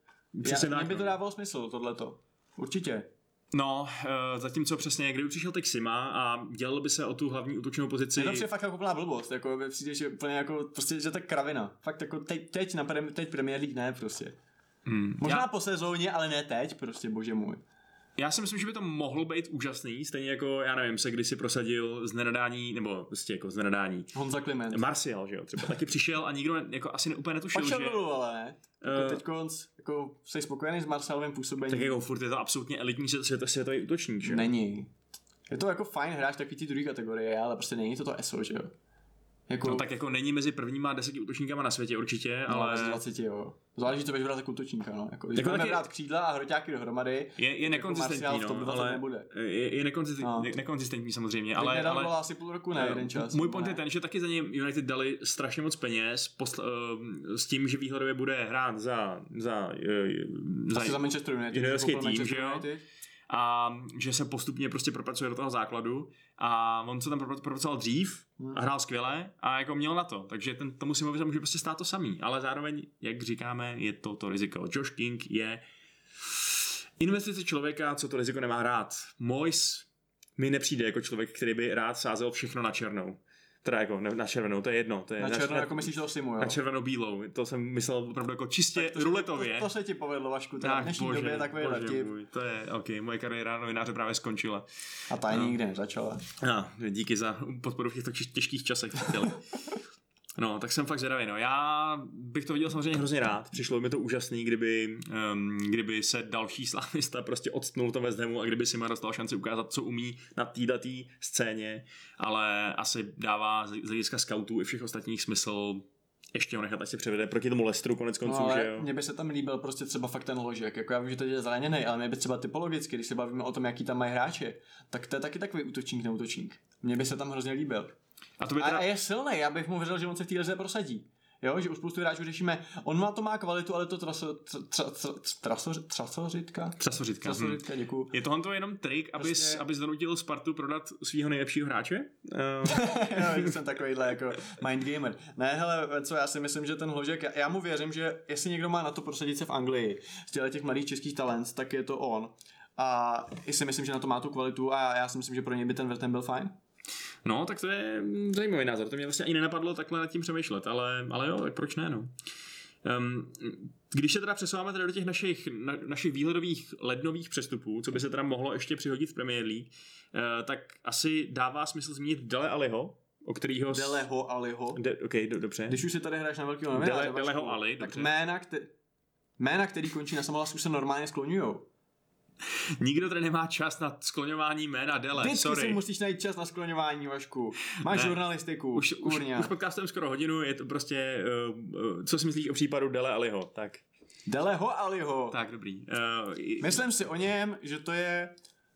já, tak, mě by to no. dávalo smysl, tohleto. Určitě. No, uh, zatímco přesně, kdyby přišel teď Sima a dělal by se o tu hlavní útočnou pozici. Je to přijde fakt jako úplná blbost, jako přijde, že úplně jako, prostě, že to je kravina. Fakt jako teď, teď na pre, teď Premier League ne, prostě. Hmm. Možná já, po sezóně, ale ne teď, prostě, bože můj. Já si myslím, že by to mohlo být úžasný, stejně jako, já nevím, se kdysi prosadil z nenadání, nebo prostě jako z nenadání. Honza Kliment. Martial, že jo, třeba taky přišel a nikdo jako asi ne, úplně netušil, Pak že... Pak ale ne. Jako Uh, teď konc, jako jsi spokojený s Martialovým působením. Tak jako furt je to absolutně elitní svět, světový útočník, že jo? Není. Je to jako fajn hráč takový ty druhé kategorie, ale prostě není to to E S O, že jo? Jako... No tak jako není mezi prvníma deseti útočníkama na světě určitě, no, ale... mezi dvaceti, jo. Záleží, co budeš brát jako útočníka, no. Jako, když jako budeme taky... brát křídla a hroťáky dohromady, je, je nekonzistentní, jako no, ale je, je nekonzistentní, no. ne, nekonzistentní samozřejmě, Teď ale... nedal ale asi půl roku, ne, jeden čas. Můj point je ten, že taky za něj United dali strašně moc peněz posl, uh, s tím, že výhledově bude hrát za... za, uh, za, za Manchester United. Juniorský tým, že jo? A že se postupně prostě propracuje do toho základu a on se tam propracoval dřív a hrál skvěle a jako měl na to, takže ten, tomu Simovi se může prostě stát to samý, ale zároveň, jak říkáme, je to to riziko. Josh King je investice člověka, co to riziko nemá rád. Moyes mi nepřijde jako člověk, který by rád sázel všechno na černou. Teda jako na červenou, to je jedno. To je na červenou, jako myslíš toho Simu, jo? Na červenou-bílou, to jsem myslel opravdu jako čistě to, ruletově. To, to, se ti povedlo, Vašku, teda v dnešní bože, době takový letip. To je, ok, moje kariéra novináře právě skončila. A ta no. nikdy nezačala. No, díky za podporu v těchto těžkých časech. No, tak jsem fakt zvědavý, no. Já bych to viděl samozřejmě hrozně rád. Přišlo mi to úžasný, kdyby, um, kdyby se další slávista prostě odstnul to West Hamu a kdyby si má dostal šanci ukázat, co umí na této scéně, ale asi dává z hlediska scoutů i všech ostatních smysl ještě ho nechat, ať se převede proti tomu Leicesteru konec konců, no, že jo. Mně by se tam líbil prostě třeba fakt ten ložek, jako já vím, že teď je zraněný, ale mě by třeba typologicky, když se bavíme o tom, jaký tam mají hráče, tak to je taky takový útočník, neútočník. Mně by se tam hrozně líbil. A, to by teda... a je silný, já bych mu věřil, že on se v té lize prosadí. Jo, že už spoustu hráčů řešíme, on má to má kvalitu, ale to traso, tra, tra, traso, trasořitka? Trasořitka, trasořitka, hm. děkuju. Je tohle to jenom trik, abys, prostě... abys donutil Spartu prodat svého nejlepšího hráče? Uh... jo, jsem takovýhle jako mind gamer. Ne, hele, co já si myslím, že ten Hložek, já, já mu věřím, že jestli někdo má na to prosadit se v Anglii z těch mladých českých talent, tak je to on. A i si myslím, že na to má tu kvalitu a já si myslím, že pro něj by ten West byl fajn. No, tak to je zajímavý názor. To mě vlastně ani nenapadlo takhle nad tím přemýšlet, ale, ale jo, tak proč ne, no. Um, když se teda přesouváme teda do těch našich, na, našich výhledových lednových přestupů, co by se teda mohlo ještě přihodit v Premier League, uh, tak asi dává smysl zmínit Dele Alliho, o kterýho... Deleho Aliho. De, ok, do, dobře. Když už si tady hraješ na velký novináře, Dele, Deleho Ali, tak dobře. jména, kte, jména, který končí na samohlas, už se normálně skloňujou. Nikdo tady nemá čas na skloňování jména Dele, Vždycky sorry. si musíš najít čas na skloňování, Vašku. Máš ne. žurnalistiku, už, už, už podcastem skoro hodinu, je to prostě, uh, uh, co si myslíš o případu Dele Alliho, tak. Deleho Aliho. Tak, dobrý. Uh, Myslím si o něm, že to je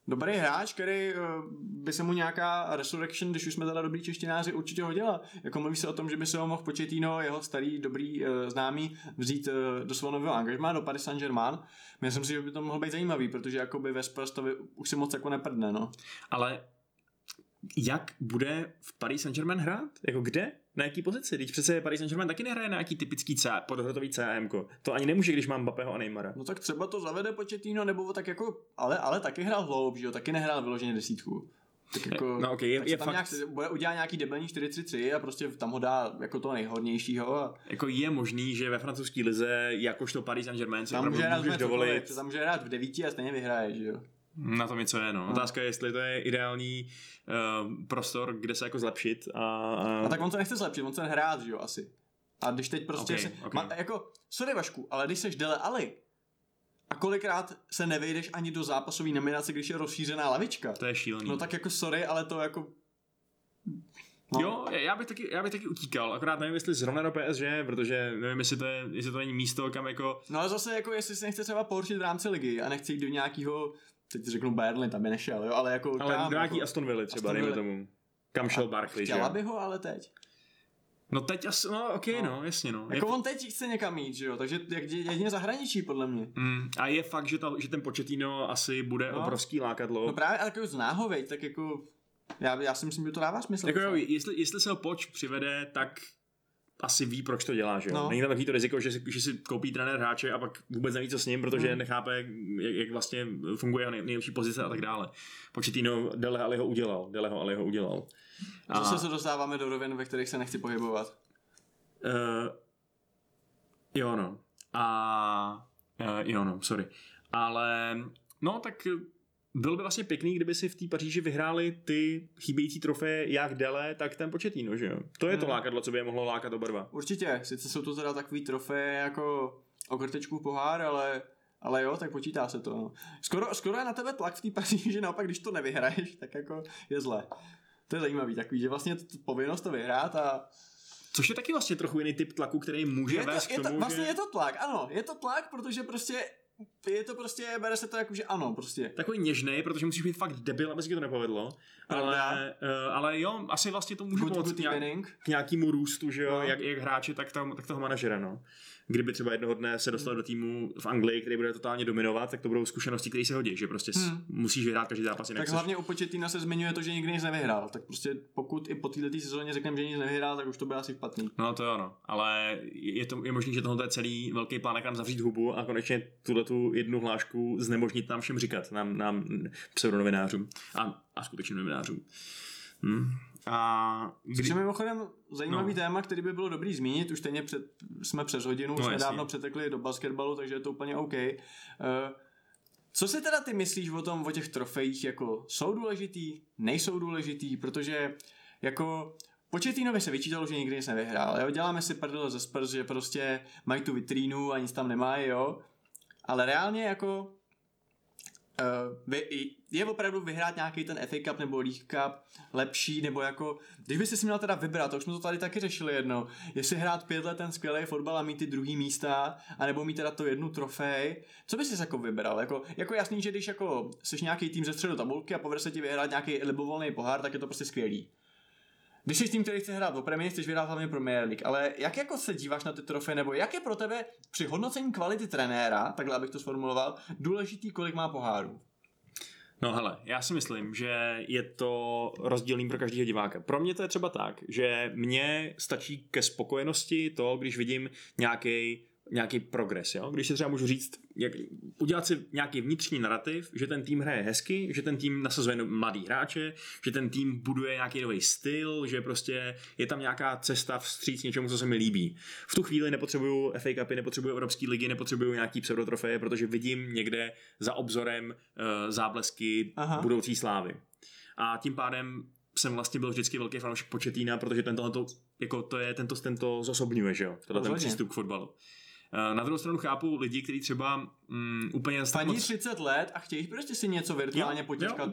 dobrý hráč, který uh, by se mu nějaká resurrection, když už jsme teda dobrý češtináři, určitě hodila. Jako mluví se o tom, že by se ho mohl Pochettino, jeho starý, dobrý uh, známý, vzít uh, do svého nového angažmá, do Paris Saint-Germain. Myslím si, že by to mohlo být zajímavý, protože jakoby ve Spurs to by, už si moc jako neprdne, no. Ale jak bude v Paris Saint-Germain hrát? Jako kde? Na jaký pozici? Když přece Paris Saint-Germain taky nehraje na jaký typický C, podhrotový C M ko. To ani nemůže, když mám Mbappého a Neymara. No tak třeba to zavede Pochettino, nebo tak jako, ale, ale taky hrál hloub, že jo, taky nehrál vyloženě desítku. Tak jako, no, okay, je, tak je tam fakt... nějak, bude udělat nějaký debilní čtyři tři tři a prostě tam ho dá jako to nejhodnějšího. A... Jako je možný, že ve francouzské lize, jakožto Paris Saint-Germain, si tam může hrát můžeš dovolit. Tam může hrát v devíti a stejně vyhraje, že jo. Na tom něco je, no. no. Otázka je, jestli to je ideální uh, prostor, kde se jako zlepšit. A, a... a tak on se nechce zlepšit, on se hrát, že jo, asi. A když teď prostě okay, se, okay. Ma, jako, sorry Vašku, ale když seš Dele Alli a kolikrát se nevejdeš ani do zápasové nominace, když je rozšířená lavička. To je šílený. No tak jako sorry, ale to jako... No. Jo, já bych, taky, já bych taky utíkal, akorát nevím, jestli zrovna do P S G, protože nevím, jestli to, je, jestli to není místo, kam jako... No ale zase jako, jestli se nechce třeba pohoršit v rámci ligy a nechce jít do nějakého, teď řeknu Burnley, tam by nešel, jo, ale jako... Ale tam, do nějaký jako, Aston Villa třeba, dejme tomu. Kam šel Barkley, že? Chtěla by ho, ale teď. No teď asi, no ok, no, no jasně no. Jako je on teď chce někam jít, že jo, takže jedině zahraničí podle mě. Mm, a je fakt, že, ta, že ten Pochettino asi bude no. obrovský lákadlo. No právě, ale jako zná ho, veď, tak jako, já, já si myslím, že to dává smysl. Jako jo, jestli, jestli se ho Poč přivede, tak asi ví, proč to dělá, že jo. No. Není tam takový to riziko, že si, že si koupí trenér hráče a pak vůbec neví, co s ním, protože hmm. nechápe, jak, jak vlastně funguje jeho nej, nejlepší pozice a tak dále. Pochettino Dele Alli ho udělal, Dele Alli ho udělal. A zase se dostáváme do rovin, ve kterých se nechci pohybovat. Uh, jo no. A uh, jo no, sorry. Ale no tak bylo by vlastně pěkný, kdyby si v té Paříži vyhráli ty chybějící trofeje jak Dele, tak ten Pochettino, že jo? To je to hmm. lákadlo, co by je mohlo lákat oba dva. Určitě, sice jsou to teda takový trofeje jako o krtečku pohár, ale ale jo, tak počítá se to. No. Skoro, skoro je na tebe tlak v té Paříži, že naopak, když to nevyhraješ, tak jako je zle. To je zajímavý takový, že vlastně povinnost to vyhrát a což je taky vlastně trochu jiný typ tlaku, který může je to, vést je k tomu, to, Vlastně že... je to tlak, ano. Je to tlak, protože prostě je to prostě, bere se to jako, že ano, prostě. Takový něžnej, protože musíš být fakt debil, aby se to nepovedlo. Ale, uh, ale jo, asi vlastně to může pomoct k, nějak, k nějakému růstu, že jo, no. jak, jak hráči, tak, tam, tak toho manažera, no. Kdyby třeba jednoho dne se dostal hmm. do týmu v Anglii, který bude totálně dominovat, tak to budou zkušenosti, které se hodí, že prostě hmm. musíš vyhrát každý zápas. Tak hlavně u Pochettina se zmiňuje to, že nikdy nic nevyhrál, tak prostě pokud i po této sezóně řekneme, že nic nevyhrál, tak už to bude asi špatný. No to jo, no. Ale je to je možný, že tohle je celý velký plán, jak nám zavřít hubu a konečně tuhletu jednu hlášku znemožnit nám všem říkat, nám, nám pseudonovinářům a, a skutečným novinářům. Hm. A kdy... Což je mimochodem zajímavý no. téma, který by bylo dobrý zmínit, už stejně před, jsme přes hodinu, no, už nedávno přetekli do basketbalu, takže je to úplně OK. Uh, co si teda ty myslíš o tom, o těch trofejích, jako jsou důležitý, nejsou důležitý, protože jako Pochettinovi se vyčítalo, že nikdy nic nevyhrál, jo? Děláme si prdele ze Spurs, že prostě mají tu vitrínu a nic tam nemají, jo, ale reálně jako Uh, je opravdu vyhrát nějaký ten F A Cup nebo League Cup lepší, nebo jako, když by si měl teda vybrat, to už jsme to tady taky řešili jedno, jestli hrát pět let ten skvělý fotbal a mít ty druhý místa, anebo mít teda to jednu trofej, co bys si jako vybral? Jako, jako jasný, že když jako jsi nějaký tým ze středu tabulky a povede se ti vyhrát nějaký libovolný pohár, tak je to prostě skvělý. Když jsi tým, který chce hrát o Premier, chceš vyhrát hlavně Premier League, ale jak jako se díváš na ty trofeje, nebo jak je pro tebe při hodnocení kvality trenéra, takhle abych to sformuloval, důležitý, kolik má pohárů? No hele, já si myslím, že je to rozdílný pro každého diváka. Pro mě to je třeba tak, že mně stačí ke spokojenosti to, když vidím nějaký nějaký progres, jo? Když si třeba můžu říct, jak, udělat si nějaký vnitřní narrativ, že ten tým hraje hezky, že ten tým nasazuje mladý hráče, že ten tým buduje nějaký nový styl, že prostě je tam nějaká cesta vstříc něčemu, co se mi líbí. V tu chvíli nepotřebuju F A Cupy, nepotřebuju Evropské ligy, nepotřebuju nějaký pseudotrofeje, protože vidím někde za obzorem uh, záblesky Aha. budoucí slávy. A tím pádem jsem vlastně byl vždycky velký fanoušek Pochettina, protože tento, jako to je, tento, tento zosobňuje, že jo? Tohle ten přístup k fotbalu. Na druhou stranu chápu lidi, kteří třeba mm, úplně... Paní moc... třicet let a chtějí prostě si něco virtuálně potěškat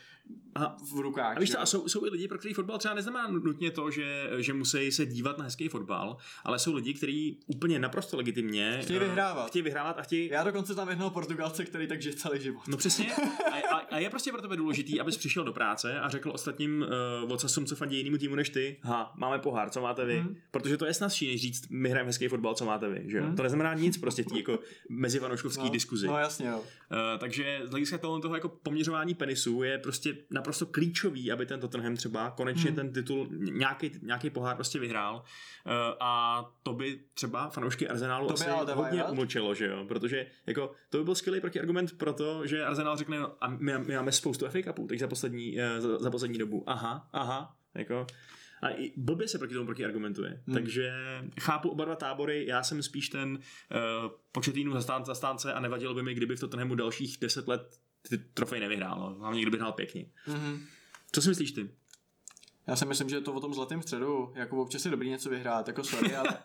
v rukách. A víš co, a jsou, jsou i lidi, pro který fotbal třeba neznamená nutně to, že, že musí se dívat na hezký fotbal, ale jsou lidi, kteří úplně naprosto legitimně chtějí vyhrávat. Chtějí vyhrávat a chtějí... Já dokonce tam jednoho Portugalce, který tak žije celý život. No přesně. A, a, a je prostě pro tebe důležitý, abys přišel do práce a řekl ostatním uh, vocasům, co fandí jinému týmu než ty, ha, máme pohár, co máte vy? Hmm. Protože to je snazší, než říct, my hrajeme hezký fotbal, co máte vy, že jo? Hmm. To neznamená nic prostě v té jako mezifanouškovské no, diskuzi. No jasně, jo. Uh, takže z hlediska toho, toho jako poměřování penisů je prostě naprosto klíčový, aby ten Tottenham třeba konečně hmm. ten titul, nějaký, nějaký pohár prostě vyhrál. Uh, a to by třeba fanoušky Arsenalu to asi hodně umlčelo, že jo? Protože jako to by byl skvělý protiargument pro to, že Arsenal řekne, no, a my, my máme spoustu F A Cupů, teď za poslední, uh, za, za poslední dobu. Aha, aha, jako... A i blbě se proti tomu protiargumentuje. Hmm. Takže chápu oba dva tábory, já jsem spíš ten uh, Pochettinův zastánce, zastánce a nevadilo by mi, kdyby v Tottenhamu dalších deset let ty trofej nevyhrál. Hlavně kdyby hrál pěkně. Hmm. Co si myslíš ty? Já si myslím, že je to o tom zlatém středu, jako občas je dobrý něco vyhrát, jako sorry, ale...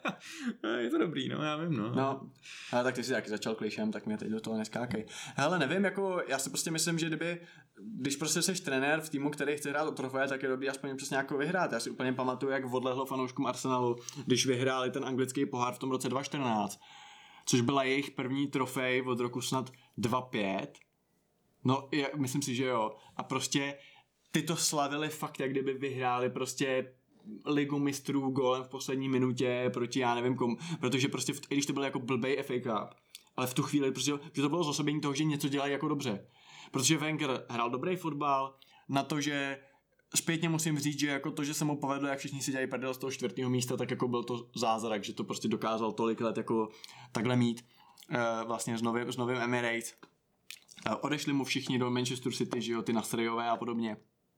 je to dobrý, no, já vím, no. No, ale tak ty jsi taky začal klišem, tak mě teď do toho neskákej. Hele, nevím, jako, já si prostě myslím, že kdyby, když prostě jsi trenér v týmu, který chce hrát o trofeje, tak je dobrý aspoň přesně jako vyhrát. Já si úplně pamatuju, jak odlehlo fanouškům Arsenalu, když vyhráli ten anglický pohár v tom roce dva tisíce čtrnáct, což byla jejich první trofej od roku snad dva pět. No, je, myslím si, že jo. A prostě ty to slavili fakt, jak kdyby vyhráli prostě ligu mistrů gólem v poslední minutě proti já nevím komu, protože prostě, v, i když to byl jako blbej F A Cup, ale v tu chvíli prostě, že to bylo zosobení toho, že něco dělají jako dobře. Protože Wenger hrál dobrý fotbal, na to, že zpětně musím říct, že jako to, že se mu povedlo, jak všichni si dělají prdel z toho čtvrtého místa, tak jako byl to zázrak, že to prostě dokázal tolik let jako takhle mít uh, vlastně s novým, s novým Emirates. Uh, odešli mu všichni do Manchester City, že jo, ty Nasriové a podobně.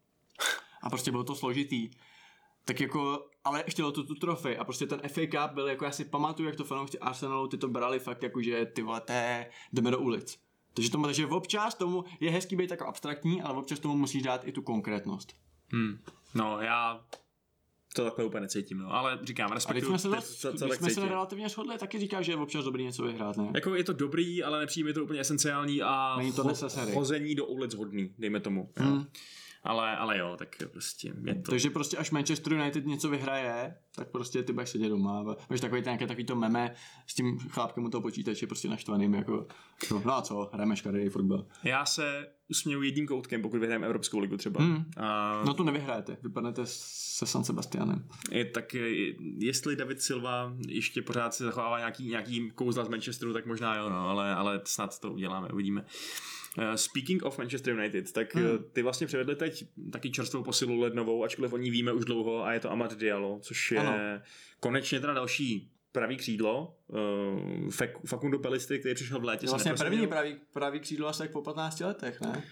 A prostě bylo to složitý. Tak jako, ale chtělo to tu trofej a prostě ten F A Cup byl jako, já si pamatuju, jak to fanoušci Arsenalu, ty to brali fakt jako, že ty vole, té, jdeme do ulic. Takže, tomu, takže občas tomu je hezký být jako abstraktní, ale občas tomu musíš dát i tu konkrétnost. Hmm. No, já to takhle úplně necítím, no. Ale říkám, respektuju. Když jsme se, když jsme se relativně shodli, taky říkáš, že je občas dobrý něco vyhrát, ne? Jako je to dobrý, ale nepřijde to úplně esenciální a ho- hození do ulic hodný, dejme tomu. Hmm. Ale, ale jo, tak prostě je to... Takže prostě až Manchester United něco vyhraje, tak prostě ty budeš sedět doma. Máš takový nějaké takový to meme s tím chlápkem u toho počítače prostě naštvaným, jako no a co, hrajeme škaredý fotbal. Já se usměju jedním koutkem, pokud vyhrajeme Evropskou ligu třeba. Hmm. A... No to nevyhrajete, vypadnete se San Sebastianem. Je, tak je, jestli David Silva ještě pořád si zachovává nějaký, nějaký kouzla z Manchesteru, tak možná jo, no, ale, ale snad to uděláme, uvidíme. Uh, speaking of Manchester United, tak hmm. ty vlastně přivedli teď taky čerstvou posilu lednovou, ačkoliv o ní víme už dlouho a je to Amad Diallo, což je ano. konečně teda další pravý křídlo. Uh, Facundo Pellistri, který přišel v létě. Vlastně první pravý, pravý křídlo asi tak po patnácti letech, ne?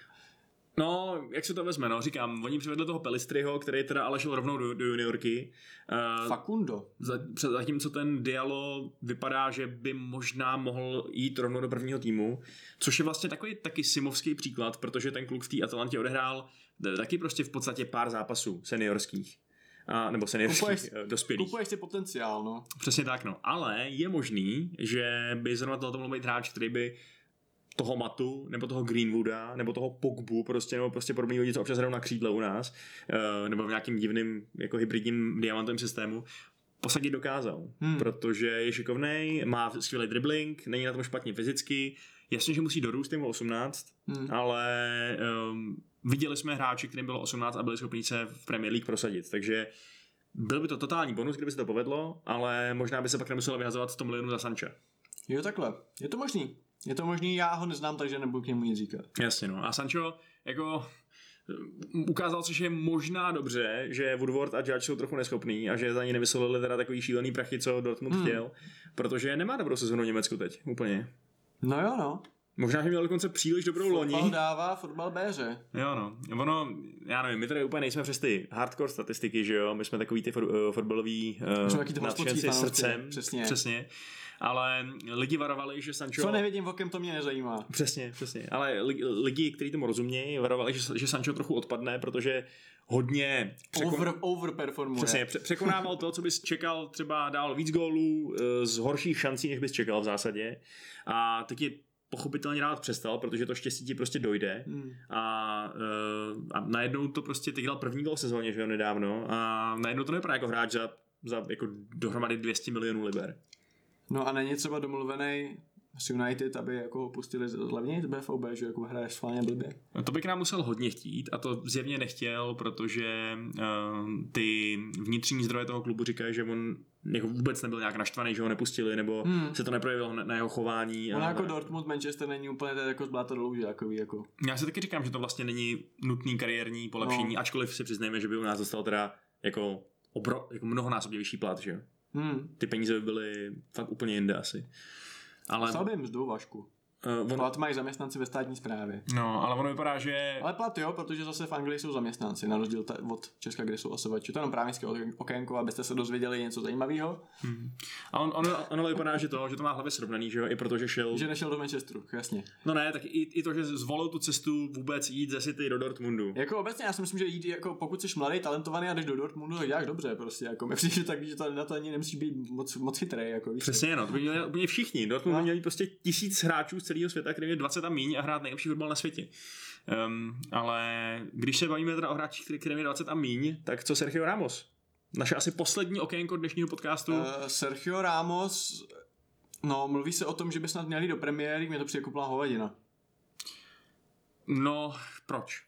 No, jak se to vezme, no, říkám, oni přivedli toho Pellistriho, který teda ale šel rovnou do, do juniorky. Uh, Facundo. Zatímco ten Diallo vypadá, že by možná mohl jít rovnou do prvního týmu, což je vlastně takový taky simovský příklad, protože ten kluk v té Atalantě odehrál taky prostě v podstatě pár zápasů seniorských. A, nebo seniorských, kupuješ, dospělých. Kupuješ si potenciál, no. Přesně tak, no. Ale je možný, že by zrovna to mohl být hráč, který by toho Matu, nebo toho Greenwooda, nebo toho Pogbu, prostě, nebo prostě podobný lidi, co občas hrajou na křídle u nás, uh, nebo v nějakým divným, jako hybridním diamantovém systému, posadit dokázal, hmm. protože je šikovnej, má skvělý dribbling, není na tom špatně fyzicky, jasně, že musí dorůst, jim osmnáct, hmm. ale um, viděli jsme hráči, kterým bylo osmnáct a byli schopni se v Premier League prosadit, takže byl by to totální bonus, kdyby se to povedlo, ale možná by se pak nemuselo vyhazovat sto milionů za Sancha. Jo, takhle, je to možný. Je to možný, já ho neznám, takže nebudu k němu nic říkat. Jasně, no. A Sancho, jako ukázal se, že je možná dobře, že Woodward a Judge jsou trochu neschopný a že za ní nevysolili teda takový šílený prachy, co Dortmund hmm. chtěl, protože nemá dobrou sezonu v Německu teď, úplně. No jo, no. Možná, že měl dokonce příliš dobrou loni. Fotbal dává, fotbal béře. Jo, no. Ono, já nevím, my tady úplně nejsme přes ty hardcore statistiky, že jo? My jsme takový ty for, fotbalový uh, nadšenci srdcem. Přesně. Přesně. Ale lidi varovali, že Sancho... Co nevidím okem, to mě nezajímá. Přesně, přesně. Ale lidi, kteří tomu rozumějí, varovali, že, že Sancho trochu odpadne, protože hodně... Překon... Over, overperformuje. Přesně, překonával to, co bys čekal, třeba dál víc gólů z horších šancí, než bys čekal v zásadě. A taky pochopitelně rád přestal, protože to štěstí ti prostě dojde hmm. a, uh, a najednou to prostě ty dělal první gol v sezóně, že jo, nedávno a najednou to nevypadá jako hráč za, za jako dohromady dvě stě milionů liber. No a není třeba domluvený s United, aby jako ho pustili levněji z B V B, že jako hraje schválně blbě. No to by k nám musel hodně chtít a to zjevně nechtěl, protože uh, ty vnitřní zdroje toho klubu říkají, že on jako vůbec nebyl nějak naštvaný, že ho nepustili, nebo hmm. se to neprojevilo na jeho chování. On jako Dortmund, Manchester není úplně tak jako zbláta dolů, že takový jako. Já si taky říkám, že to vlastně není nutný kariérní polepšení, no. Ačkoliv si přiznejme, že by u nás dostal teda jako, obro, jako mnohonásobně vyšší plat, že jo. Hmm. Ty peníze by byly fakt úplně jinde asi. Ale... Dostal by mzdu, Vašku. Uh, on... Plat mají zaměstnanci ve státní správě. No, ale ono vypadá, že... Ale plat jo, protože zase v Anglii jsou zaměstnanci, na rozdíl ta- od Česka, kde jsou osobači. To je jenom právnické okénko, abyste se dozvěděli něco zajímavého. Hmm. A on, on, on vypadá, že to, že to má hlavě srovnaný, že jo, i protože šel... Že nešel do Manchesteru, jasně. No ne, tak i, i to, že zvolil tu cestu vůbec jít ze City do Dortmundu. Jako obecně já si myslím, že jít, jako pokud jsi mladý, talentovaný a jdeš do Dortmundu, tak děláš dobře, prostě. Jako myslím, že tak, že to, na to ani nemusíš být moc, moc chytrý. Jako, přesně, no, to by měli úplně všichni. Dortmund no. Měli prostě tisíc hráčů z celého světa, který je dvacet a míň a hrát nejlepší fotbal na světě. Um, ale když se bavíme teda o hráčích, který, který je dvacet a míň, tak co Sergio Ramos? Naše asi poslední okénko dnešního podcastu. Uh, Sergio Ramos, no mluví se o tom, že by snad měli do premiéry, mě to přijde úplná hovadina. No, proč?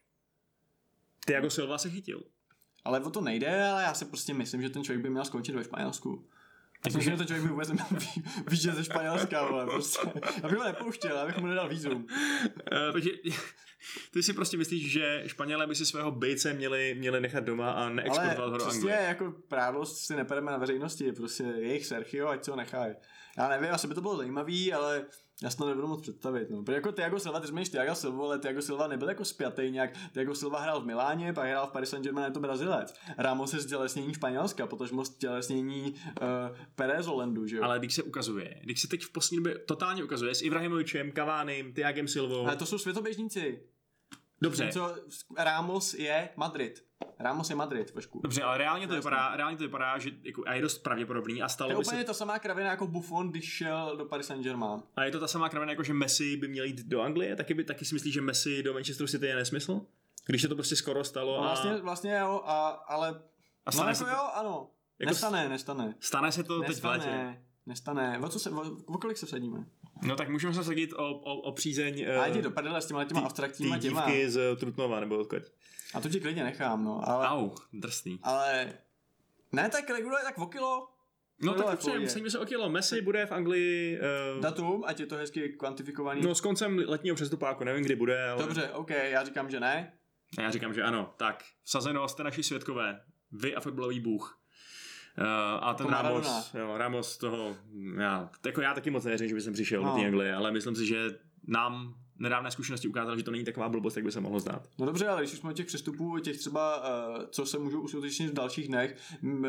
Thiago Silva se chytil. Ale o to nejde, ale já si prostě myslím, že ten člověk by měl skončit ve Španělsku. Tak myslím, že ten člověk by vůbec neměl výjít ze Španělska, ale prostě. Abych ho nepouštěl, abych mu nedal vízum. Uh, takže ty si prostě myslíš, že Španělé by si svého bejce měli, měli nechat doma a neexportovat ho do Anglie. Ale jako právost si nepereme na veřejnosti, prostě jejich Sergio, ať se ho nechají. Já nevím, asi by to bylo zajímavý, ale já si to nebudu moc představit. No. Protože jako Thiago Silva, ty změníš Thiago Silva, ale Thiago Silva nebyl jako spjatý nějak. Thiago Silva hrál v Miláně, pak hrál v Paris Saint-Germain, je to Brazilec. Ramos je z tělesnění Španělska, potažmo z tělesnění uh, Perezolandu, že jo. Ale když se ukazuje, když se teď v poslední době totálně ukazuje s Ibrahimovičem, Cavánem, Thiagem Silvou. Ale to jsou světoběžníci. Dobře. Co, Ramos je Madrid. Ramos je Madrid, Vašku. Dobře, ale reálně to vypadá, reálně to vypadá, že jako, a je dost pravděpodobný a stalo by se... To je úplně ta samá kravina jako Buffon, když šel do Paris Saint-Germain. A je to ta samá kravina jako, že Messi by měl jít do Anglie? Taky, by, taky si myslíš, že Messi do Manchesteru City je nesmysl? Když se to prostě skoro stalo no, a... Vlastně, vlastně jo, a, ale... A stane no se jako to... jo, ano. Jako nestane, nestane. Stane se to nestane, teď v létě. Nestane. O, co se, o, o kolik se vsadíme? No tak můžeme se sadit o, o, o přízeň... A jdi do prdele s těma těma abstraktníma těma. Ty dívky z Trutnova, nebo odkud. A to ti klidně nechám, no. Ale, Au, drsný. Ale... Ne, tak reguluje tak o kilo. No tak dobře, musíme se o kilo. Messi bude v Anglii... Uh... Datum, ať je to hezky kvantifikovaný. No s koncem letního přestupáku, nevím kdy bude, ale... Dobře, ok, já říkám, že ne. A já říkám, že ano. Tak, vsazeno, jste naši svědkové. Vy a fotbalový bůh. Uh, a ten Ramos, jo, Ramos toho, já, jako já taky moc nevěřím, že by jsem přišel no. do té Anglie, ale myslím si, že nám nedávné zkušenosti ukázaly, že to není taková blbost, jak by se mohlo zdát. No dobře, ale když jsme o těch přestupů, těch třeba, uh, co se můžou uskutečnit v dalších dnech, m,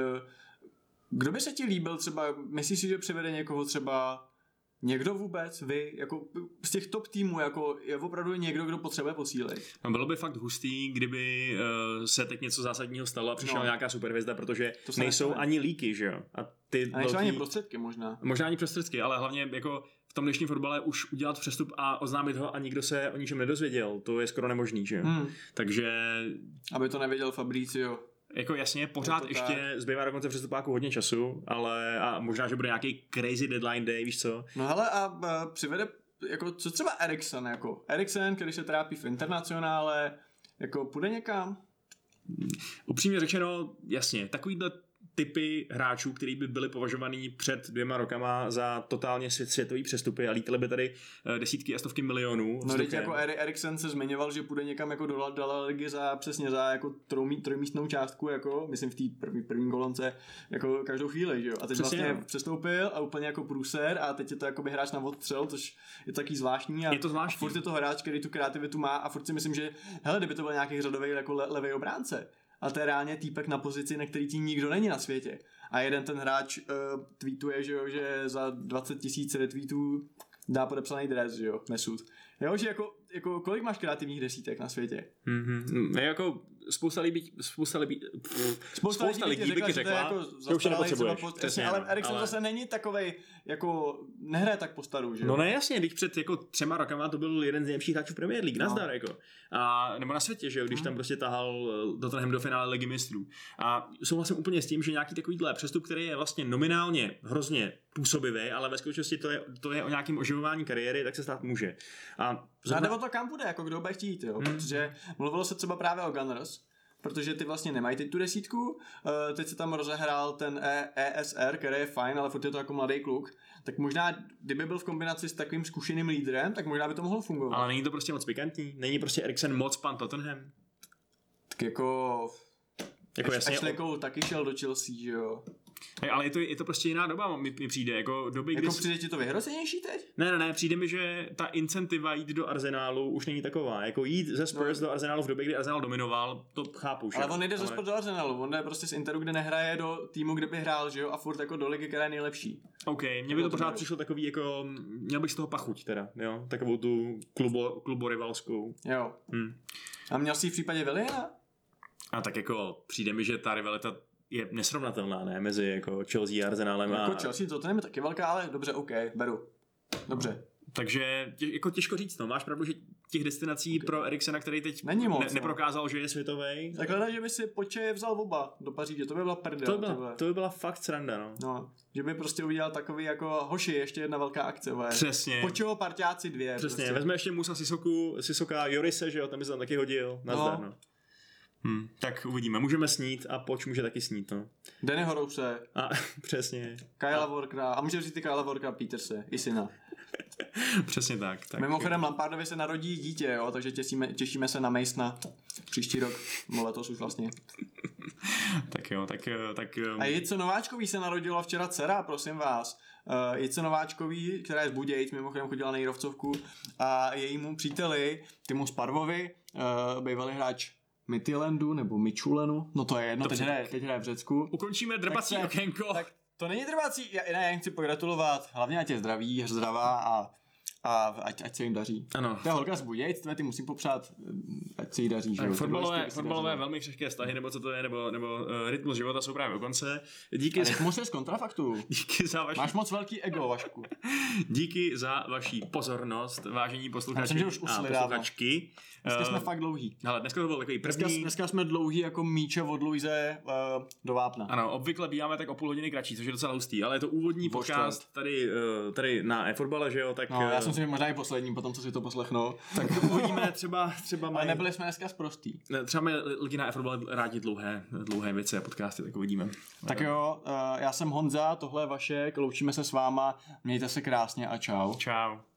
kdo by se ti líbil třeba, myslíš si, že přivede někoho třeba někdo vůbec, vy, jako z těch top týmů, jako je opravdu někdo, kdo potřebuje posílit? No, bylo by fakt hustý, kdyby uh, se teď něco zásadního stalo a přišla no. nějaká superhvězda, protože nejsou nechce. ani líky, že jo? A, ty a nejsou velký... ani prostředky možná. Možná ani prostředky, ale hlavně jako v tom dnešním fotbale už udělat přestup a oznámit ho a nikdo se o ničem nedozvěděl, to je skoro nemožný, že jo? Hmm. Takže... Aby to nevěděl Fabricio. Jako jasně, pořád ještě tak. Zbývá do konce přestupáku hodně času, ale a možná, že bude nějaký crazy deadline day, víš co? No hele a, a přivede, jako co třeba Eriksen, jako Eriksen, který se trápí v internacionále, jako půjde někam? Upřímně řečeno, jasně, takovýhle typy hráčů, který by byli považovaný před dvěma rokama za totálně svět, světový přestupy a lítali by tady desítky a stovky milionů. No teď jako Eriksen se zmiňoval, že půjde někam jako do La Ligy za přesně za jako trojmí, trojmístnou částku, jako myslím v té první, první kolonce, jako každou chvíli, že jo. A teď přesně, vlastně no. přestoupil a úplně jako průser a teď je to jako by hráč na odstřel, což je taky zvláštní a, je to zvláštní. A furt je to hráč, který tu kreativitu má a furt si myslím, že hele, kdyby to byl nějaký řadový jako le, levý obránce. Ale to je reálně týpek na pozici, na který ti nikdo není na světě. A jeden ten hráč uh, tweetuje, že jo, že za dvacet tisíc retweetů dá podepsaný dres, že jo, Mesut. Jo, že jako, jako kolik máš kreativních desítek na světě? Mm-hmm. Jako spousta lidí, spousta lidí, spousta, spousta lidí, lidí by ti řekla, řekla, jako že už nepotřebuješ. Po, přesně, ale Eriksen ale... zase není takovej, jako nehraje tak po staru, že? No ne, jasně, když před jako třema rokama to byl jeden z nejlepších hráčů Premier League, nazdar, no. jako. A, nebo na světě, že jo, když hmm. tam prostě tahal Tottenham do finále Ligy mistrů. A souhlasím úplně s tím, že nějaký takovýhle přestup, který je vlastně nominálně hrozně působivý, ale ve skutečnosti to je, to je o nějakém oživování kariéry, tak se stát může. A zrovna... nebo to kam bude, jako kdo bude chtít, jo, hmm. protože mluvilo se třeba právě o Gunners, protože ty vlastně nemají teď tu desítku, uh, teď se tam rozehrál ten E S R, který je fajn, ale furt je to jako mladý kluk, tak možná, kdyby byl v kombinaci s takovým zkušeným lídrem, tak možná by to mohlo fungovat. Ale není to prostě moc pikantní, není prostě Eriksen moc pan Tottenham. Tak jako... Jako Až, Ashley Cole taky šel do Chelsea, že jo. Hey, ale je to, je to prostě jiná doba, mi, mi přijde, jako doby, jako kdy... Jako přijde ti to vyhrocenější teď? Ne, ne, ne, přijde mi, že ta incentiva jít do Arsenálu už není taková, jako jít ze Spurs no. do Arsenálu v době, kdy Arsenal dominoval, to chápu, že? Ale on nejde ze Spurs do Arsenalu, on jde prostě z Interu, kde nehraje, do týmu, kde by hrál, že jo, a furt jako do ligy, která je nejlepší. OK, mně by to pořád přišlo takový, jako, měl bych z toho pachuť teda, jo, takovou tu klubo, kluborivalskou. Jo. Hm. A měl jsi v případě Williana? A tak jako přijde mi, že ta rivalita je nesrovnatelná, ne, mezi jako Chelsea a Arsenalem. Jako a... Chelsea to je taky velká, ale dobře, OK, beru. Dobře. Takže tě, jako těžko říct, no, máš pravdu, že těch destinací okay. pro Eriksena, který teď Není moc, ne, no. neprokázal, že je světovej. Takhle, že by si Poche vzal oba do Paříže, to by byla prdel. To by byla, to by byla fakt sranda, no. no. Že by prostě udělal takový jako hoši, ještě jedna velká akce. Ve. Přesně. Pocheho parťáci dvě. Přesně, prostě. vezme ještě Musa Sisoku, Sisoka Jorise, že jo, tam by se tam taky hodil, nazdar, no. no. Hmm, tak uvidíme, můžeme snít a Poč může taky snít, no. Danny Horouse. A přesně. Kyla Workera, a může říct i Kyla Workera Peterse, i syna. Přesně tak. tak. Mimochodem Lampardovi se narodí dítě, jo, takže těšíme, těšíme se na Masona příští rok, no letos už vlastně. tak jo, tak... tak a Jico Nováčkový se narodila včera dcera, prosím vás. Uh, Jico Nováčkový, která je z Budějic, mimochodem chodila na Jirovcovku, a jejímu příteli, Timu Sparvovi, uh, bývalý hráč Midtjyllandu nebo Midtjyllandu, no to je jedno, teď hraje, teď hraje v Řecku. Ukončíme drbací tak se, okénko. Tak to není drbací, já, ne, já chci pogratulovat, hlavně ať je zdraví, zdravá a, a ať, ať se jim daří. Ano. To je holka z Budějic, ty musím popřát, ať se jí daří. Že? Fotbalové, fotbalové velmi křehké vztahy, nebo co to je, nebo, nebo uh, rytmus života jsou právě u konce. Díky za... rytmus je z kontrafaktu. Díky za vaši... Máš moc velký ego, Vašku. Díky za vaši pozornost, vážení posluchači myslím, že už a posluchačky. Dneska jsme uh, fakt dlouhý. Ale dneska to byl takový první. Dneska, dneska jsme dlouhý jako míče od Luize uh, do vápna. Ano, obvykle býváme tak o půl hodiny kratší, což je docela hustý, ale je to úvodní Bož podcast tady, uh, tady na e-fotbale, že jo? Tak, no, já jsem si možná i poslední, potom co si to poslechnou. Tak uvidíme třeba, třeba mají... Ale nebyli jsme dneska sprostý. Třeba mají lidi na e-fotbale rádi dlouhé, dlouhé věci a podcasty, tak uvidíme. Tak jo, uh, já jsem Honza, tohle je Vašek, loučíme se s váma, mějte se krásně a čau. Čau.